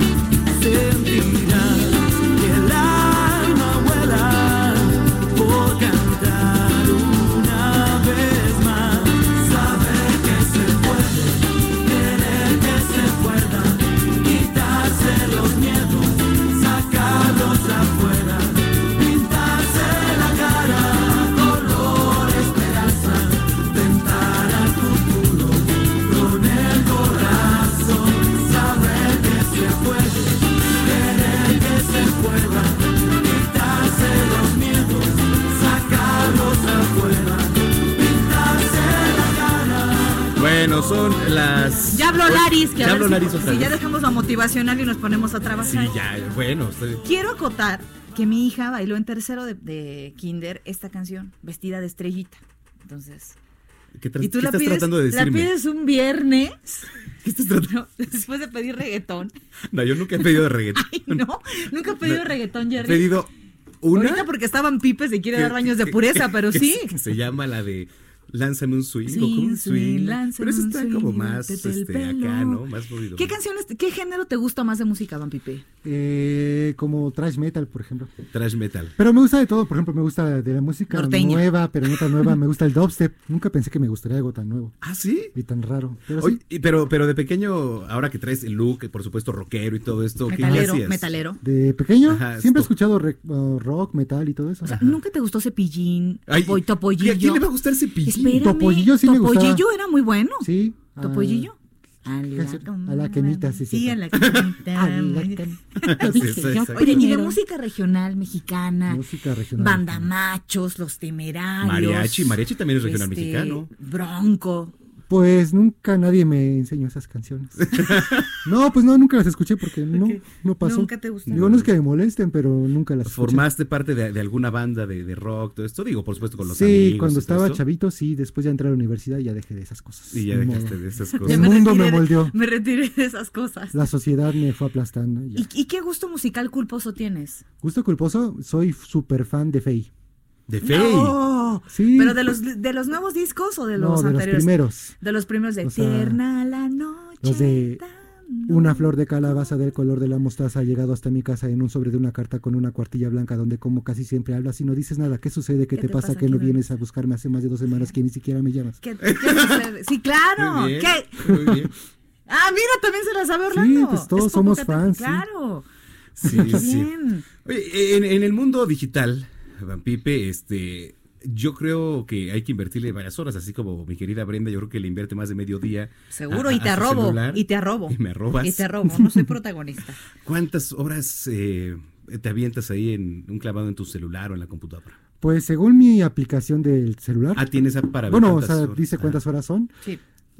sentirás que el alma vuela por cantar una vez más, saber que se puede, querer que se pueda, quitarse los miedos, sacarlos afuera, pintarse la cara, color esperanza, tentar al futuro con el corazón, saber que se puede, querer que se pueda, quitarse los miedos, sacarlos afuera, pintarse la cara. Bueno, son las... Ya habló Laris, que ya habló Laris otra si vez. ya dejamos lo motivacional y nos ponemos a trabajar. Sí, ya, bueno. Quiero acotar que mi hija bailó en tercero de kinder esta canción, vestida de estrellita. Entonces... ¿Y tú estás tratando de decirme? La pides un viernes. ¿Qué estás tratando? Después de pedir reggaetón. No, yo nunca he pedido reggaetón. Ay, no, nunca he pedido reggaetón, Jerry. He pedido una. Ahorita porque estaban pipes y quiere dar baños de pureza, pero sí. Que se llama la de Lánzame un swing, Sí, o como un swing. lánzame Pero eso un está swing, como más métete el pelo. acá, ¿no? Más movido. ¿Qué género te gusta más de música, Van Pipe? Como thrash metal, por ejemplo. Thrash metal. Pero me gusta de todo, por ejemplo, me gusta de la música norteña. Nueva, pero no tan nueva. Me gusta el dubstep. Nunca pensé que me gustaría algo tan nuevo. ¿Ah, sí? Y tan raro. Pero Oye, sí. pero de pequeño, ahora que traes el look, por supuesto, rockero y todo esto, ¿qué hacías? Metalero. De pequeño, Ajá, siempre he escuchado rock, metal y todo eso. O sea, ¿nunca te gustó Cepillín? Ay, Topollillo. ¿y a quién le va a gustar Cepillín? Espérame, Topollillo sí me gustaba. Topollillo era muy bueno. Sí. ¿Topollillo? A la quemita, sí. Sí, a la quemita. Sí, exacto. Oye, y de música regional mexicana, Música regional. Banda Machos, Los Temerarios. Mariachi también es regional mexicano. Bronco. Pues nunca nadie me enseñó esas canciones. No, pues no, nunca las escuché porque no pasó. Nunca te gustaron. Digo, no es que me molesten, pero nunca las escuché. ¿Formaste parte de alguna banda de rock, todo esto? Digo, por supuesto, con los Sí, amigos. cuando y todo estaba esto. chavito, sí, después ya entré a la universidad y ya dejé de esas cosas. Y ya Ni dejaste modo. de esas El cosas. mundo me moldeó. Me retiré de esas cosas. La sociedad me fue aplastando. y ya. ¿Y qué gusto musical culposo tienes? Gusto culposo, soy súper fan de Faye. ¿De Faye? No, Sí. ¿pero de los nuevos discos o de No, los de anteriores? los primeros. De los primeros de O sea, Eterna la noche. Los de tan Una flor de calabaza del color de la mostaza ha llegado hasta mi casa en un sobre de una carta con una cuartilla blanca donde como casi siempre hablas y no dices nada. ¿Qué sucede? ¿Qué te pasa? ¿Que no vienes a buscarme hace más de 2 semanas que ni siquiera me llamas? ¿Qué sucede? Sí, claro. Muy bien, ¿Qué? muy bien. Ah, mira, también se la sabe Orlando. Sí, pues todos Es somos Popocatépetl, fans, sí. Claro. Sí, Qué sí. bien. Oye, en el mundo digital, Van Pipe, yo creo que hay que invertirle varias horas, así como mi querida Brenda, yo creo que le invierte más de medio día. Seguro, y te arrobo. Y te arrobo. Y me arrobas. Y te arrobo, no soy protagonista. ¿Cuántas horas te avientas ahí en un clavado en tu celular o en la computadora? Pues según mi aplicación del celular. Ah, tienes para ver Bueno, o cuántas sea, horas. dice cuántas horas son. Sí.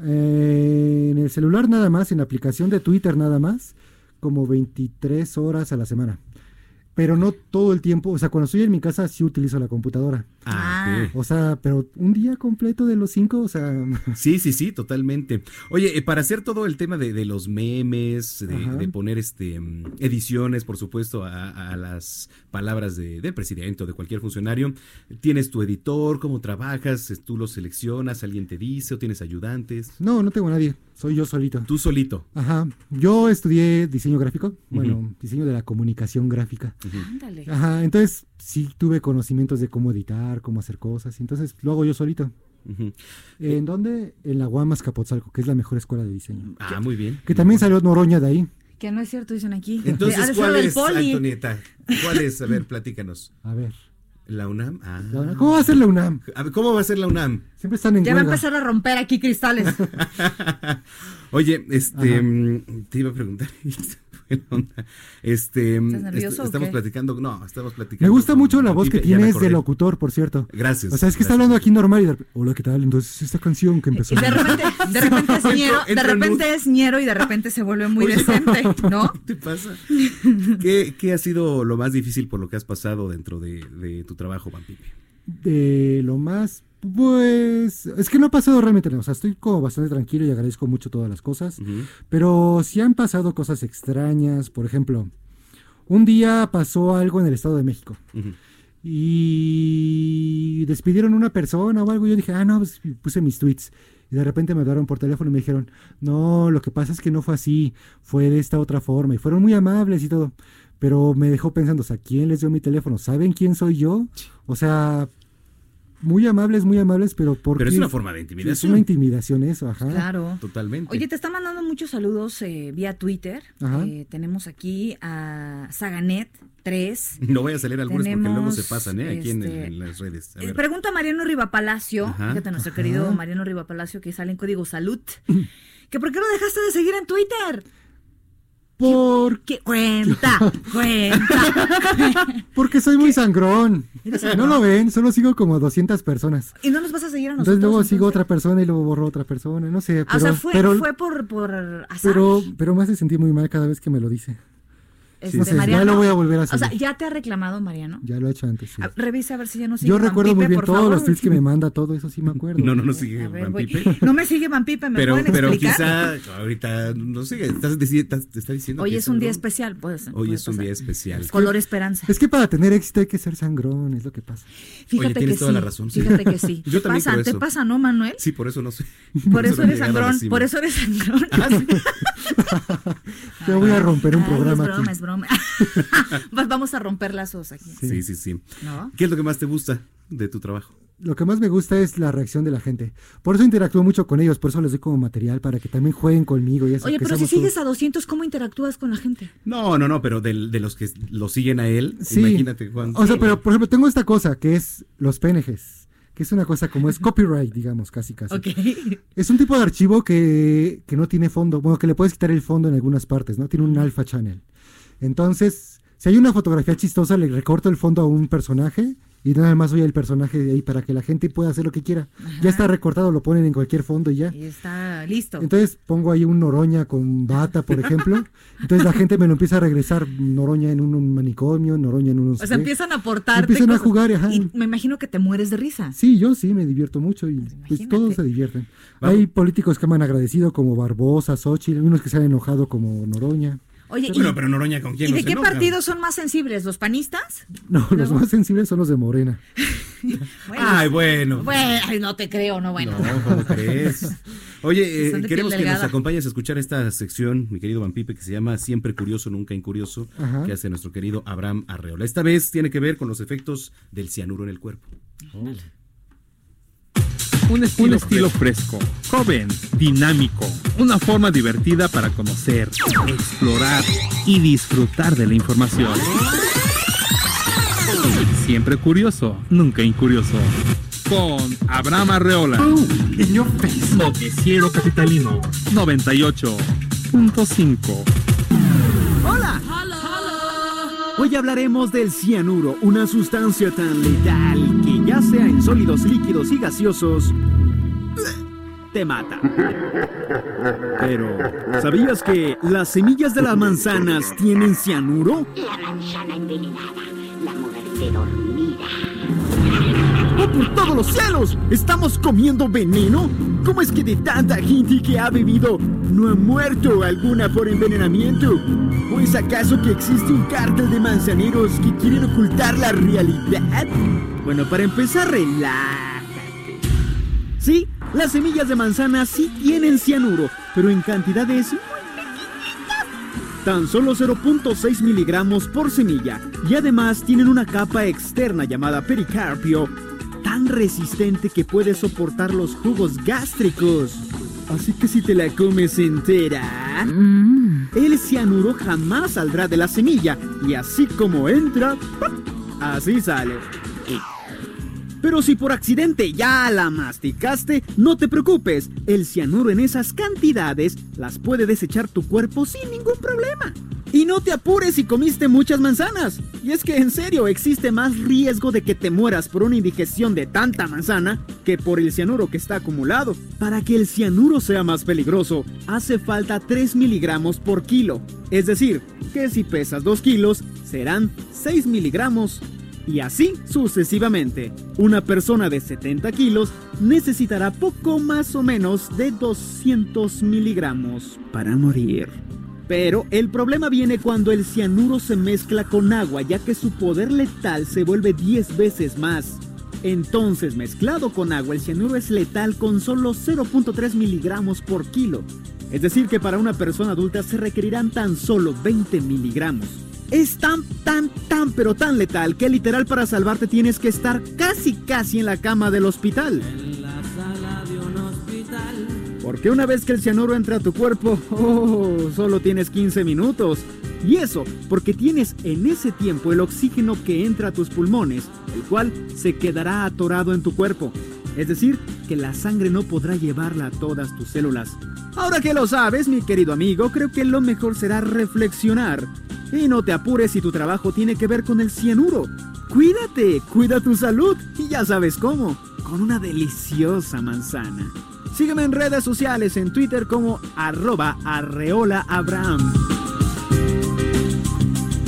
En el celular nada más, en la aplicación de Twitter nada más, como 23 horas a la semana. Pero no todo el tiempo, o sea, cuando estoy en mi casa sí utilizo la computadora. Ah, ok. O sea, pero un día completo de los 5, o sea... Sí, totalmente. Oye, para hacer todo el tema de los memes, de poner ediciones, por supuesto, a las palabras del presidente o de cualquier funcionario, ¿tienes tu editor? ¿Cómo trabajas? ¿Tú lo seleccionas? ¿Alguien te dice o tienes ayudantes? No tengo nadie, soy yo solito. ¿Tú solito? Ajá, yo estudié diseño gráfico, bueno, diseño de la comunicación gráfica. Ándale. Ajá, entonces sí tuve conocimientos de cómo editar, cómo hacer cosas, entonces lo hago yo solito. ¿En dónde? En la UAM Azcapotzalco, que es la mejor escuela de diseño. Ah, muy bien. Que también salió Noroña de ahí. Que no es cierto, dicen aquí. Entonces, Ha ¿cuál del es, Poli. Antonieta? ¿Cuál es? A ver, platícanos. A ver. ¿La UNAM? Ah. La UNAM. ¿Cómo va a ser la UNAM? A ver, ¿cómo va a ser la UNAM? Siempre están en Ya va a huelga. empezar a romper aquí cristales. Oye, te iba a preguntar. ¿Estás nervioso o estamos qué? platicando. No, estamos platicando. Me gusta con mucho la voz que Pipe, ya me tienes acordé. de locutor, por cierto. Gracias. O sea, es que está gracias. hablando aquí normal y de repente, hola, ¿qué tal? Entonces, esta canción que empezó. Y de repente es ñero, Entra en mood. es ñero y de repente se vuelve muy decente, ¿no? ¿Qué te pasa? ¿Qué ha sido lo más difícil por lo que has pasado dentro de tu trabajo, Van Pipe? De lo más, pues, es que no ha pasado realmente nada. O sea, estoy como bastante tranquilo y agradezco mucho todas las cosas. Pero sí han pasado cosas extrañas. Por ejemplo, un día pasó algo en el Estado de México. Y despidieron a una persona o algo. Y yo dije, no, pues puse mis tweets. Y de repente me hablaron por teléfono y me dijeron, no, lo que pasa es que no fue así, fue de esta otra forma. Y fueron muy amables y todo. Pero me dejó pensando, o sea, ¿quién les dio mi teléfono? ¿Saben quién soy yo? O sea, muy amables, pero ¿por qué? Pero es una forma de intimidación. Es una intimidación eso, ajá. Claro. Totalmente. Oye, te está mandando muchos saludos vía Twitter. Ajá. Tenemos aquí a Saganet 3. No voy a salir algunos porque luego Tenemos, se pasan, aquí en las redes. A ver. Pregunta Mariano Rivapalacio, Ajá. fíjate, nuestro querido Mariano Rivapalacio, que sale en código salud, que ¿por qué no dejaste de seguir en Twitter? Porque Cuenta. Porque soy muy sangrón. ¿Eres No sangrón? lo ven, solo sigo como 200 personas. ¿Y no nos vas a seguir a nosotros? Entonces luego sigo otra persona y luego borro otra persona, no sé. O sea, fue por azar. Pero me hace sentir muy mal cada vez que me lo dice. Ya lo voy a volver a hacer. O sea, ¿ya te ha reclamado Mariano? Ya lo he hecho antes, sí. Revisa a ver si ya no sigue Yo recuerdo muy bien por todos favor. los tweets que me manda, todo eso sí me acuerdo. No sigue Van Pipe. No me sigue Van Pipe, ¿me pueden explicar? Pero quizá ahorita, no sé, te está diciendo hoy que es un día especial, pues. Hoy es un día especial. Color esperanza. Es que para tener éxito hay que ser sangrón, es lo que pasa. Fíjate tienes que toda sí. la razón. Fíjate que sí. Yo también creo eso. ¿Te pasa, no, Manuel? Sí, por eso no sé. Por eso eres sangrón. Por eso eres sangrón. ¿Sí? Te voy a romper un programa aquí. Es broma. Vamos a romper lazos aquí. Sí. ¿No? ¿Qué es lo que más te gusta de tu trabajo? Lo que más me gusta es la reacción de la gente. Por eso interactúo mucho con ellos, por eso les doy como material para que también jueguen conmigo. Y eso. Oye, pero si sigues a 200, ¿cómo interactúas con la gente? No, pero de los que lo siguen a él, sí. Imagínate cuánto. O sea, pero por ejemplo, tengo esta cosa que es los PNGs, que es una cosa como es copyright, digamos, casi. Okay. Es un tipo de archivo que no tiene fondo, bueno, que le puedes quitar el fondo en algunas partes, ¿no? Tiene un alpha channel. Entonces, si hay una fotografía chistosa, le recorto el fondo a un personaje y nada más voy al personaje de ahí para que la gente pueda hacer lo que quiera. Ajá. Ya está recortado, lo ponen en cualquier fondo y ya. Y está listo. Entonces pongo ahí un Noroña con bata, por ejemplo. Entonces la gente me lo empieza a regresar. Noroña en un manicomio, Noroña en unos... O sea, empiezan a aportarte empiezan cosas. A jugar, ajá. Y me imagino que te mueres de risa. Sí, yo sí me divierto mucho y pues todos se divierten. Vamos. Hay políticos que me han agradecido como Barbosa, Xochitl, unos que se han enojado como Noroña. Oye, pero Noroña, ¿con quién? ¿Y de qué partidos son más sensibles? ¿Los panistas? No, los más sensibles son los de Morena. Bueno. Bueno, no te creo, no, bueno. No, ¿cómo crees? Oye, queremos que nos acompañes a escuchar esta sección, mi querido Van Pipe, que se llama Siempre Curioso, Nunca Incurioso, que hace nuestro querido Abraham Arreola. Esta vez tiene que ver con los efectos del cianuro en el cuerpo. Un estilo fresco, joven, dinámico, una forma divertida para conocer, explorar y disfrutar de la información. Siempre curioso, nunca incurioso. Con Abraham Arreola. Noticiero Capitalino 98.5. ¡Hola! Hoy hablaremos del cianuro, una sustancia tan letal que ya sea en sólidos, líquidos y gaseosos, te mata. Pero, ¿sabías que las semillas de las manzanas tienen cianuro? La manzana envenenada, la muerte dormida. ¡Oh, por todos los cielos! ¿Estamos comiendo veneno? ¿Cómo es que de tanta gente que ha bebido no ha muerto alguna por envenenamiento? ¿O es acaso que existe un cártel de manzaneros que quieren ocultar la realidad? Bueno, para empezar, relájate. Sí, las semillas de manzana sí tienen cianuro, pero en cantidades muy pequeñitas. Tan solo 0.6 miligramos por semilla. Y además tienen una capa externa llamada pericarpio, tan resistente que puede soportar los jugos gástricos. Así que si te la comes entera, el cianuro jamás saldrá de la semilla. Y así como entra, así sale. Pero si por accidente ya la masticaste, no te preocupes. El cianuro en esas cantidades las puede desechar tu cuerpo sin ningún problema. Y no te apures si comiste muchas manzanas. Y es que en serio existe más riesgo de que te mueras por una indigestión de tanta manzana que por el cianuro que está acumulado. Para que el cianuro sea más peligroso, hace falta 3 miligramos por kilo. Es decir, que si pesas 2 kilos, serán 6 miligramos. Y así sucesivamente. Una persona de 70 kilos necesitará poco más o menos de 200 miligramos para morir. Pero el problema viene cuando el cianuro se mezcla con agua, ya que su poder letal se vuelve 10 veces más. Entonces, mezclado con agua, el cianuro es letal con solo 0.3 miligramos por kilo. Es decir, que para una persona adulta se requerirán tan solo 20 miligramos. Es tan letal que literal para salvarte tienes que estar casi en la cama del hospital. En la sala de un hospital. Porque una vez que el cianuro entra a tu cuerpo, solo tienes 15 minutos. Y eso porque tienes en ese tiempo el oxígeno que entra a tus pulmones, el cual se quedará atorado en tu cuerpo. Es decir, que la sangre no podrá llevarla a todas tus células. Ahora que lo sabes, mi querido amigo, creo que lo mejor será reflexionar. Y no te apures si tu trabajo tiene que ver con el cianuro. Cuídate, cuida tu salud. Y ya sabes cómo, con una deliciosa manzana. Sígueme en redes sociales, en Twitter como @arreolaabraham.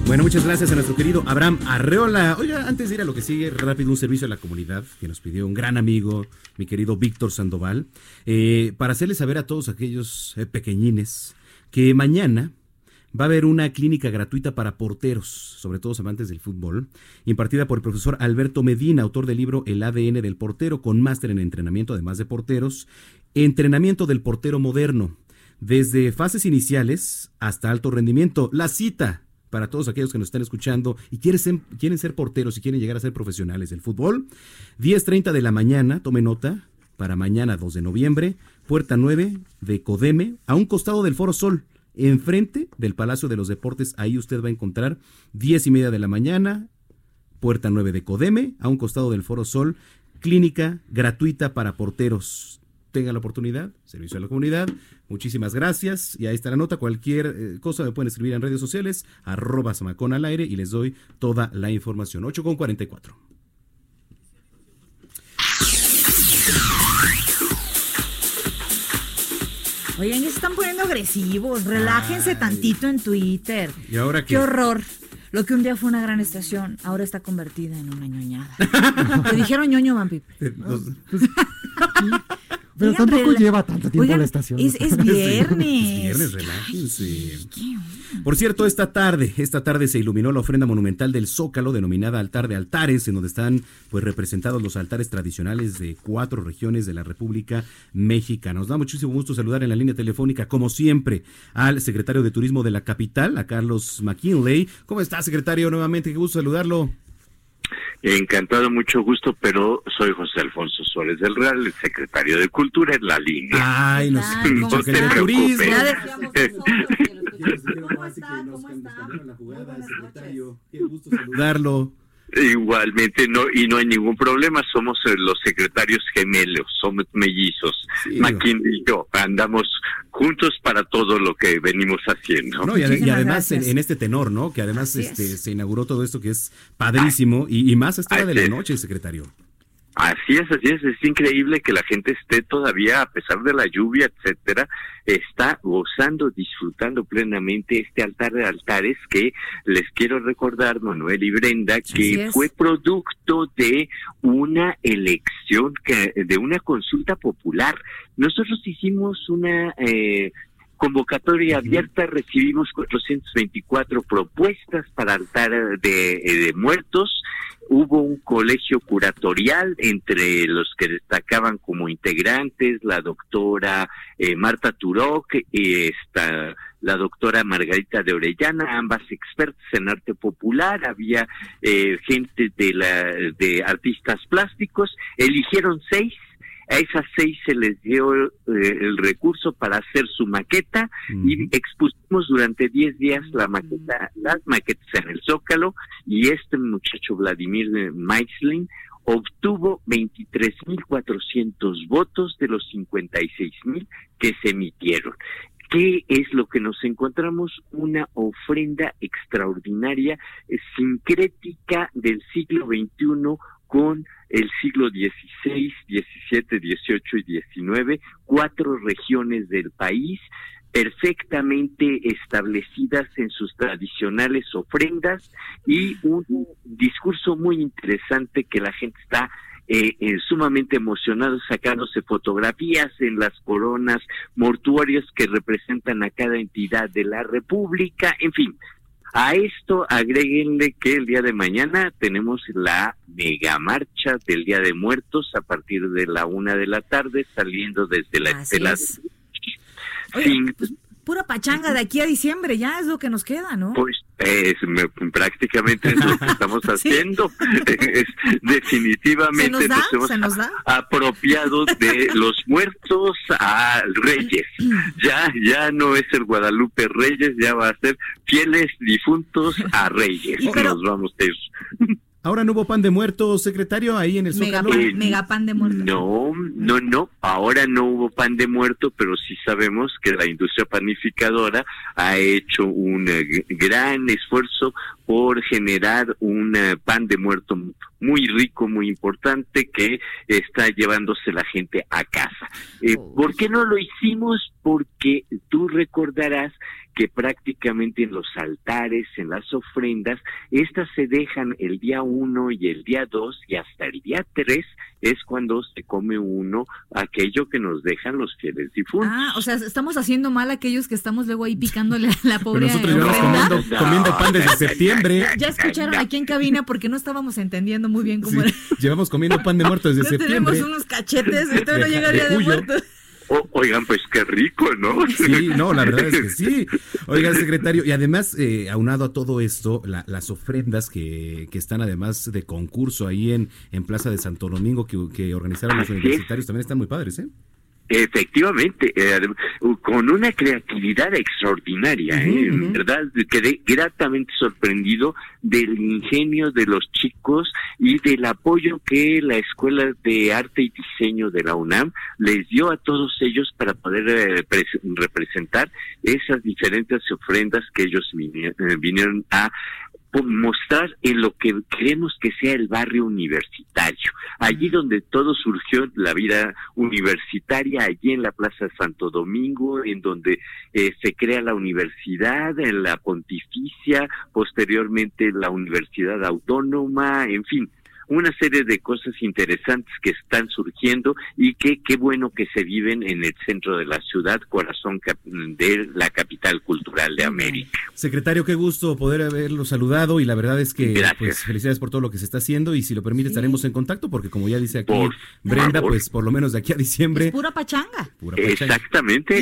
Bueno, muchas gracias a nuestro querido Abraham Arreola. Oiga, antes de ir a lo que sigue, rápido un servicio a la comunidad que nos pidió un gran amigo, mi querido Víctor Sandoval, para hacerles saber a todos aquellos pequeñines que mañana va a haber una clínica gratuita para porteros, sobre todo amantes del fútbol, impartida por el profesor Alberto Medina, autor del libro El ADN del portero, con máster en entrenamiento, además de porteros, entrenamiento del portero moderno, desde fases iniciales hasta alto rendimiento. La cita para todos aquellos que nos están escuchando y quieren ser porteros y quieren llegar a ser profesionales del fútbol, 10:30 de la mañana, tome nota, para mañana 2 de noviembre, puerta 9 de Codeme, a un costado del Foro Sol, enfrente del Palacio de los Deportes. Ahí usted va a encontrar 10:30 de la mañana, puerta 9 de Codeme, a un costado del Foro Sol, clínica gratuita para porteros. Tenga la oportunidad, servicio a la comunidad. Muchísimas gracias. Y ahí está la nota. Cualquier cosa me pueden escribir en redes sociales, @Samacona al aire, y les doy toda la información. 8:44. Oigan, ya se están poniendo agresivos. Relájense tantito en Twitter. ¿Y ahora qué? ¡Qué horror! Lo que un día fue una gran estación, ahora está convertida en una ñoñada. Te dijeron ñoño, Vampi. Pero tampoco lleva tanto tiempo la estación. Es viernes. Es viernes, relájense. Por cierto, esta tarde se iluminó la ofrenda monumental del Zócalo, denominada Altar de Altares, en donde están pues representados los altares tradicionales de 4 regiones de la República Mexicana. Nos da muchísimo gusto saludar en la línea telefónica, como siempre, al secretario de Turismo de la capital, a Carlos McKinley. ¿Cómo está, secretario? Nuevamente, qué gusto saludarlo. Encantado, mucho gusto, pero soy José Alfonso Suárez del Real, el secretario de Cultura en la línea. Ay, no te preocupes. ¿Cómo está? Qué gusto saludarlo. Igualmente, no hay ningún problema, somos los secretarios gemelos, somos mellizos. Sí, McKinley y yo andamos juntos para todo lo que venimos haciendo. No, y además en este tenor, ¿no? Que además se inauguró todo esto que es padrísimo, y más a esta hora de la noche, secretario. Así es, es increíble que la gente esté todavía, a pesar de la lluvia, etcétera, está gozando, disfrutando plenamente este altar de altares que les quiero recordar, Manuel y Brenda, que fue producto de una elección, de una consulta popular. Nosotros hicimos una convocatoria abierta, recibimos 424 propuestas para altar de muertos. Hubo un colegio curatorial entre los que destacaban como integrantes la doctora Marta Turok y la doctora Margarita de Orellana, ambas expertas en arte popular. Había gente de artistas plásticos. Eligieron 6. A esas 6 se les dio el recurso para hacer su maqueta y expusimos durante 10 días las maquetas en el Zócalo, y este muchacho Vladimir Maislin obtuvo 23,400 votos de los 56,000 que se emitieron. ¿Qué es lo que nos encontramos? Una ofrenda extraordinaria, sincrética del siglo XXI con el siglo XVI, XVII, XVIII y XIX, 4 regiones del país perfectamente establecidas en sus tradicionales ofrendas, y un discurso muy interesante que la gente está sumamente emocionado, sacándose fotografías en las coronas mortuorias que representan a cada entidad de la República. En fin, a esto agréguenle que el día de mañana tenemos la mega marcha del Día de Muertos a partir de la 1 de la tarde, saliendo desde la Estela. Pura pachanga de aquí a diciembre, ya es lo que nos queda, ¿no? Pues prácticamente es lo que estamos haciendo. Es definitivamente nos hemos apropiado de los muertos a Reyes. Ya no es el Guadalupe Reyes, ya va a ser fieles difuntos a Reyes. Nos vamos a ir. Ahora no hubo pan de muerto, secretario, ahí en el Zócalo. Mega pan de muerto. No, ahora no hubo pan de muerto, pero sí sabemos que la industria panificadora ha hecho un gran esfuerzo por generar un pan de muerto muy rico, muy importante, que está llevándose la gente a casa. ¿Por qué no lo hicimos? Porque tú recordarás que prácticamente en los altares, en las ofrendas, estas se dejan el día 1 y el día 2 y hasta el día 3 es cuando se come uno aquello que nos dejan los fieles difuntos. O sea, estamos haciendo mal a aquellos que estamos luego ahí picándole a la pobre. Nosotros llevamos comiendo pan desde septiembre. Ya escucharon aquí en cabina porque no estábamos entendiendo muy bien cómo era. Llevamos comiendo pan de muerto desde septiembre. Tenemos unos cachetes, entonces no llega el día de muertos. Oigan, pues qué rico, ¿no? Sí, no, la verdad es que sí. Oiga, secretario, y además, aunado a todo esto, las ofrendas que están además de concurso ahí en Plaza de Santo Domingo que organizaron los universitarios también están muy padres, ¿eh? Efectivamente, con una creatividad extraordinaria, ¿verdad? Quedé gratamente sorprendido del ingenio de los chicos y del apoyo que la Escuela de Arte y Diseño de la UNAM les dio a todos ellos para poder representar esas diferentes ofrendas que ellos vinieron a mostrar en lo que queremos que sea el barrio universitario, allí donde todo surgió, la vida universitaria, allí en la Plaza de Santo Domingo, en donde se crea la universidad, en la Pontificia, posteriormente la Universidad Autónoma, en fin, una serie de cosas interesantes que están surgiendo y que qué bueno que se viven en el centro de la ciudad, corazón de la capital cultural de América. Secretario, qué gusto poder haberlo saludado y la verdad es que pues felicidades por todo lo que se está haciendo y si lo permite estaremos en contacto porque como ya dice aquí Brenda, pues por lo menos de aquí a diciembre. Es pura pachanga. Exactamente,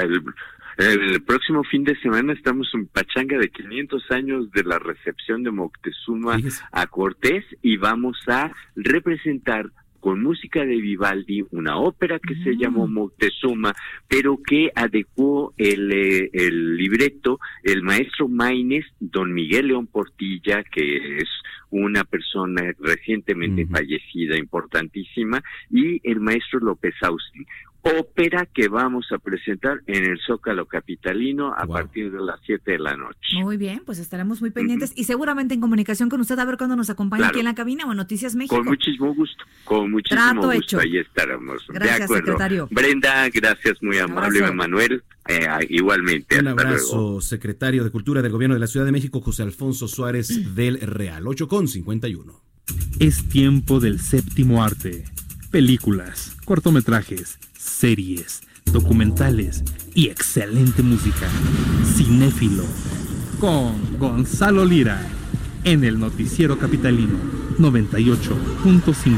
el próximo fin de semana estamos en pachanga de 500 años de la recepción de Moctezuma a Cortés y vamos a representar con música de Vivaldi una ópera que se llamó Moctezuma, pero que adecuó el libreto el maestro Maínez, don Miguel León Portilla, que es una persona recientemente fallecida, importantísima, y el maestro López Austin. Ópera que vamos a presentar en el Zócalo Capitalino a partir de las 7 de la noche. Muy bien, pues estaremos muy pendientes y seguramente en comunicación con usted a ver cuándo nos acompaña aquí en la cabina o en Noticias México. Con muchísimo gusto, hecho. Ahí estaremos. Gracias, de acuerdo. Secretario. Brenda, gracias, muy amable, Manuel. Igualmente. Un abrazo, secretario de Cultura del Gobierno de la Ciudad de México, José Alfonso Suárez del Real, 8:51. Es tiempo del séptimo arte. Películas, cortometrajes, series, documentales y excelente música. Cinéfilo con Gonzalo Lira en el Noticiero Capitalino 98.5.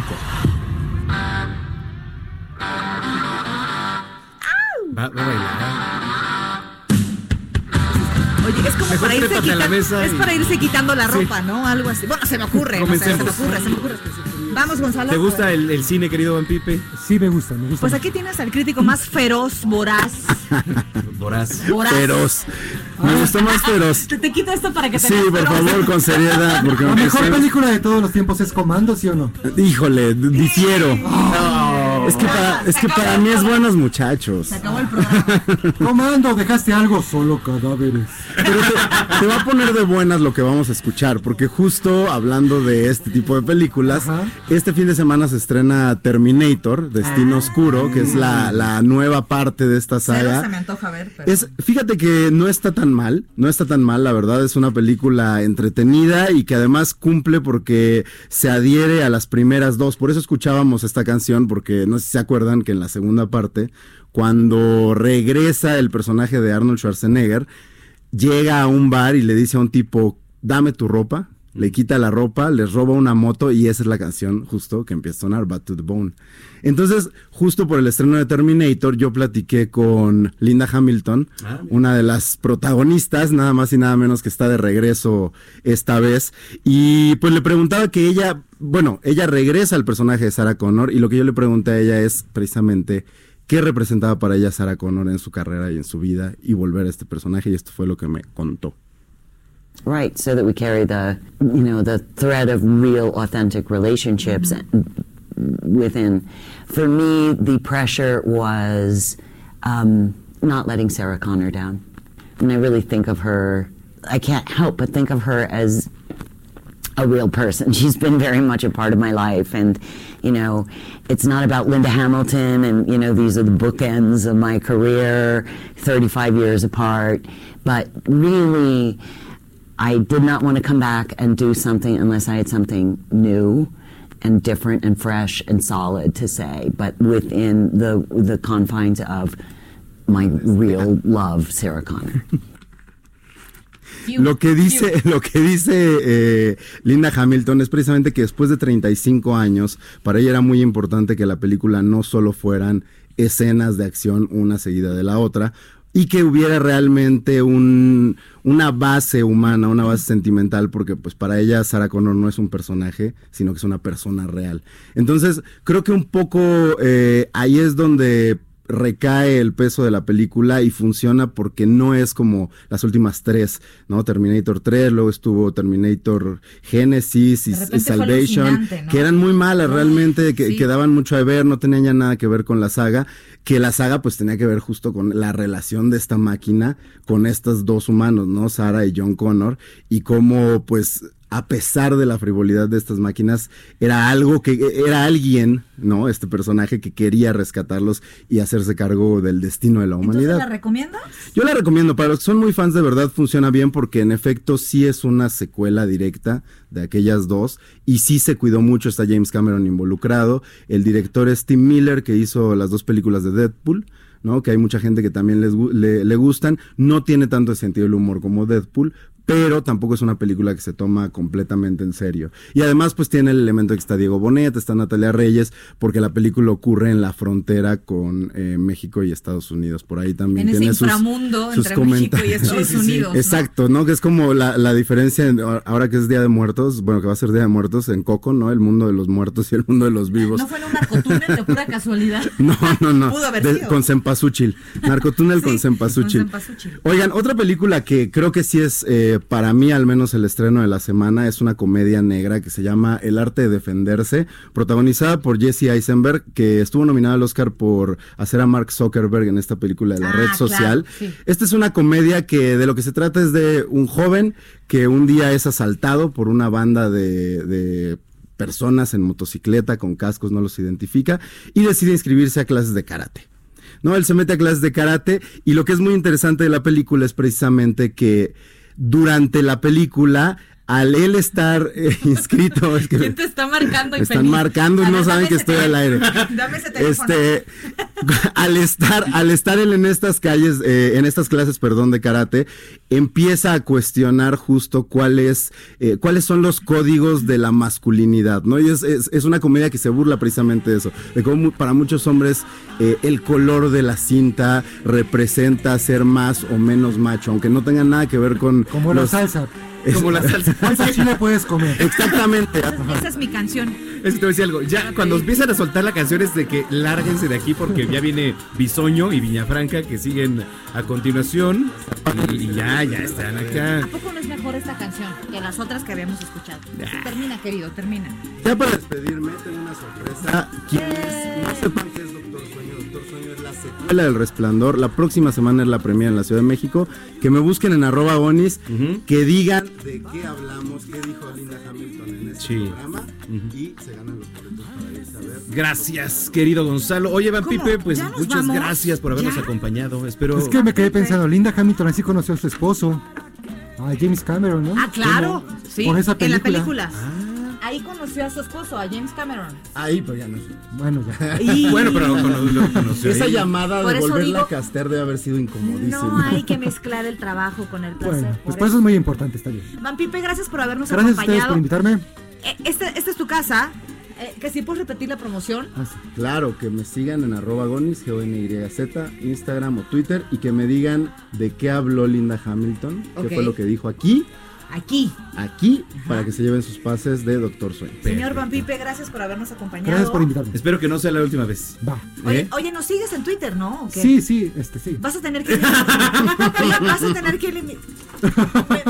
Va a bailar. Oye, es como mejor para irse quitando, para irse quitando la ropa, sí. ¿no? Algo así. Bueno, se me ocurre. O sea, se me ocurre. Vamos, Gonzalo. ¿Te gusta el cine, querido Don Pipe? Sí, me gusta. Pues aquí tienes al crítico más feroz, voraz. Voraz. Feroz. Me gustó más feroz. Te quito esto para que te Sí, por favor, con seriedad. Porque la mejor película de todos los tiempos es Comando, ¿sí o no? Híjole, difiero. Es que para mí es Buenos Muchachos. Se acabó el programa. Comando, dejaste algo, solo cadáveres. Pero te va a poner de buenas lo que vamos a escuchar, porque justo hablando de este tipo de películas, este fin de semana se estrena Terminator, Destino Oscuro, que es la nueva parte de esta saga. Se me antoja ver, pero... Fíjate que no está tan mal, la verdad es una película entretenida y que además cumple porque se adhiere a las primeras dos, por eso escuchábamos esta canción, porque no sé si se acuerdan que en la segunda parte, cuando regresa el personaje de Arnold Schwarzenegger, llega a un bar y le dice a un tipo, dame tu ropa, le quita la ropa, les roba una moto y esa es la canción justo que empieza a sonar, Bad to the Bone. Entonces, justo por el estreno de Terminator, yo platiqué con Linda Hamilton, una de las protagonistas, nada más y nada menos que está de regreso esta vez, y pues le preguntaba que ella regresa al personaje de Sarah Connor, y lo que yo le pregunté a ella es precisamente qué representaba para ella Sarah Connor en su carrera y en su vida, y volver a este personaje, y esto fue lo que me contó. Right, so that we carry the thread of real, authentic relationships within. For me, the pressure was not letting Sarah Connor down. And I really think of her, I can't help but think of her as a real person. She's been very much a part of my life, and it's not about Linda Hamilton, and these are the bookends of my career, 35 years apart, but really I did not want to come back and do something unless I had something new and different and fresh and solid to say, but within the confines of my real love, Sarah Connor. Lo que dice Linda Hamilton es precisamente que después de 35 años, para ella era muy importante que la película no solo fueran escenas de acción una seguida de la otra, y que hubiera realmente una base humana, una base sentimental, porque pues para ella Sarah Connor no es un personaje, sino que es una persona real. Entonces creo que un poco ahí es donde recae el peso de la película y funciona, porque no es como las últimas tres, ¿no? Terminator 3, luego estuvo Terminator Genesis y Salvation, ¿no? Que eran muy malas realmente, que daban mucho a ver, no tenían ya nada que ver con la saga, que la saga pues tenía que ver justo con la relación de esta máquina con estos dos humanos, ¿no? Sarah y John Connor, y cómo pues a pesar de la frivolidad de estas máquinas, era alguien, ¿no? Este personaje que quería rescatarlos y hacerse cargo del destino de la humanidad. ¿Entonces la recomiendas? Yo la recomiendo. Para los que son muy fans, de verdad funciona bien, porque en efecto sí es una secuela directa de aquellas dos, y sí se cuidó mucho. Está James Cameron involucrado. El director es Tim Miller, que hizo las dos películas de Deadpool, ¿no? Que hay mucha gente que también le gustan. No tiene tanto el sentido del humor como Deadpool, pero tampoco es una película que se toma completamente en serio. Y además pues tiene el elemento que está Diego Boneta, está Natalia Reyes, porque la película ocurre en la frontera con México y Estados Unidos. Por ahí también en tiene ese inframundo entre México y Estados Unidos, ¿no? Exacto, ¿no? Que es como la diferencia, ahora que es Día de Muertos, bueno, que va a ser Día de Muertos en Coco, ¿no? El mundo de los muertos y el mundo de los vivos. ¿No fue en un narcotúnel de pura casualidad? No. Pudo haber sido. Con Cempasúchil. Narcotúnel con Cempasúchil. Oigan, otra película que creo que sí es, para mí al menos el estreno de la semana, es una comedia negra que se llama El arte de defenderse, protagonizada por Jesse Eisenberg, que estuvo nominada al Oscar por hacer a Mark Zuckerberg en esta película de la red social. Claro, sí. Esta es una comedia que de lo que se trata es de un joven que un día es asaltado por una banda de personas en motocicleta con cascos, no los identifica, y decide inscribirse a clases de karate. No, él se mete a clases de karate, y lo que es muy interesante de la película es precisamente que durante la película, al él estar inscrito, es que ¿quién te está marcando? Están marcando y no saben que estoy al aire. Dame ese teléfono. Al estar él en estas calles, en estas clases, de karate, empieza a cuestionar justo cuáles son los códigos de la masculinidad, ¿no? Y es una comedia que se burla precisamente de eso, de cómo para muchos hombres el color de la cinta representa ser más o menos macho, aunque no tenga nada que ver con como la salsa. Como la salsa. Esa sí la puedes comer. Exactamente. Esa es mi canción. Es que te voy a decir algo. Ya cuando empiezan a soltar la canción es de que lárguense de aquí, porque ya viene Bisoño y Viñafranca, que siguen a continuación. Y ya están acá. ¿A poco no es mejor esta canción que las otras que habíamos escuchado? Termina, querido, termina. Ya para despedirme, tengo una sorpresa. Quienes no sepan qué es Doctor Sueño, Doctor Sueño es la secuela del Resplandor. La próxima semana es la premiere en la Ciudad de México. Que me busquen en @Onis, que digan de qué hablamos, qué dijo Linda Hamilton en este programa, y se ganan los boletos para irse a ver. Gracias, querido Gonzalo. Oye, Van Pipe, pues muchas gracias por habernos acompañado. Espero. Es que me quedé pensando, Linda Hamilton así conoció a su esposo, a James Cameron, ¿no? Ah, claro, sí, por esa película. en la película. Ahí conoció a su esposo, a James Cameron. Ahí, pero ya no. Bueno, ya. Bueno, pero lo conoció. Esa ahí. llamada de volverla a castear debe haber sido incomodísima. No hay que mezclar el trabajo con el placer. Bueno, pues eso es muy importante, está bien. Van Pipe, gracias por habernos acompañado. Gracias a ustedes por invitarme. Esta es tu casa. Que si puedes repetir la promoción. Sí. Claro, que me sigan en @Gonis, GONYZ, Instagram o Twitter, y que me digan de qué habló Linda Hamilton, qué fue lo que dijo aquí, para que se lleven sus pases de Doctor Sueño. Señor Van Pipe, gracias por habernos acompañado. Gracias por invitarme. Espero que no sea la última vez. Va. Oye, nos sigues en Twitter, ¿no? ¿O qué? Sí. Vas a tener que me diste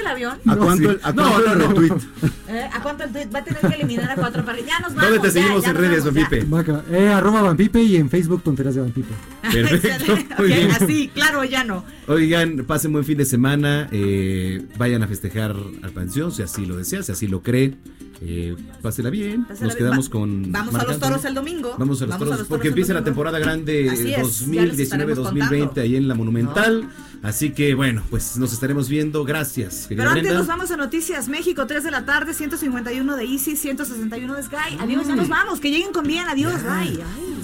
el avión? ¿A cuánto el retweet? ¿A cuánto el tweet? Va a tener que eliminar a 4 para... Ya nos vamos. ¿Dónde te seguimos ya en redes, vamos, Van Pipe? Arroba Van Pipe y en Facebook Tonterías de Van Pipe. Perfecto. Muy Okay, bien. así, claro, ya no. Oigan, pasen buen fin de semana. Vayan a festejar al panteón, si así lo desea, si así lo cree. Pásela bien. Pásela Nos bien. quedamos con. Vamos Marc a los Anthony. toros el domingo. Vamos a los toros porque empieza la temporada grande Así es, 2019-2020 ahí en la Monumental. Así que bueno, pues nos estaremos viendo. Gracias, querida Pero antes Brenda. nos vamos a Noticias México, 3 de la tarde, 151 de Easy, 161 de Sky. Adiós, ya nos vamos, que lleguen con bien. Adiós, bye.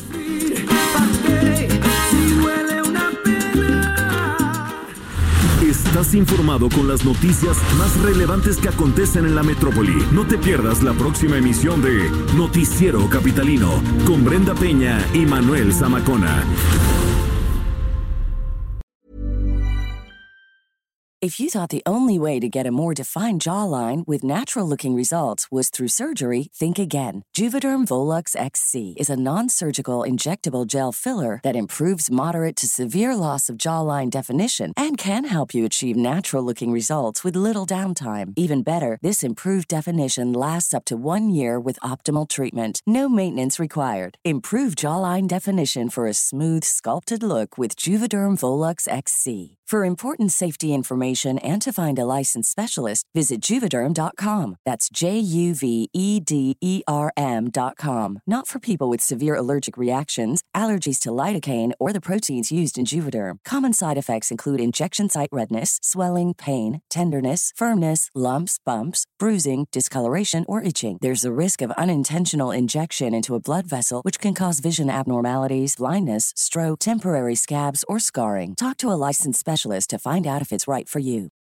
Estás informado con las noticias más relevantes que acontecen en la metrópoli. No te pierdas la próxima emisión de Noticiero Capitalino con Brenda Peña y Manuel Zamacona. If you thought the only way to get a more defined jawline with natural-looking results was through surgery, think again. Juvederm Volux XC is a non-surgical injectable gel filler that improves moderate to severe loss of jawline definition and can help you achieve natural-looking results with little downtime. Even better, this improved definition lasts up to 1 year with optimal treatment. No maintenance required. Improve jawline definition for a smooth, sculpted look with Juvederm Volux XC. For important safety information and to find a licensed specialist, visit Juvederm.com. That's JUVEDERM.com. Not for people with severe allergic reactions, allergies to lidocaine, or the proteins used in Juvederm. Common side effects include injection site redness, swelling, pain, tenderness, firmness, lumps, bumps, bruising, discoloration, or itching. There's a risk of unintentional injection into a blood vessel, which can cause vision abnormalities, blindness, stroke, temporary scabs, or scarring. Talk to a licensed specialist to find out if it's right for you.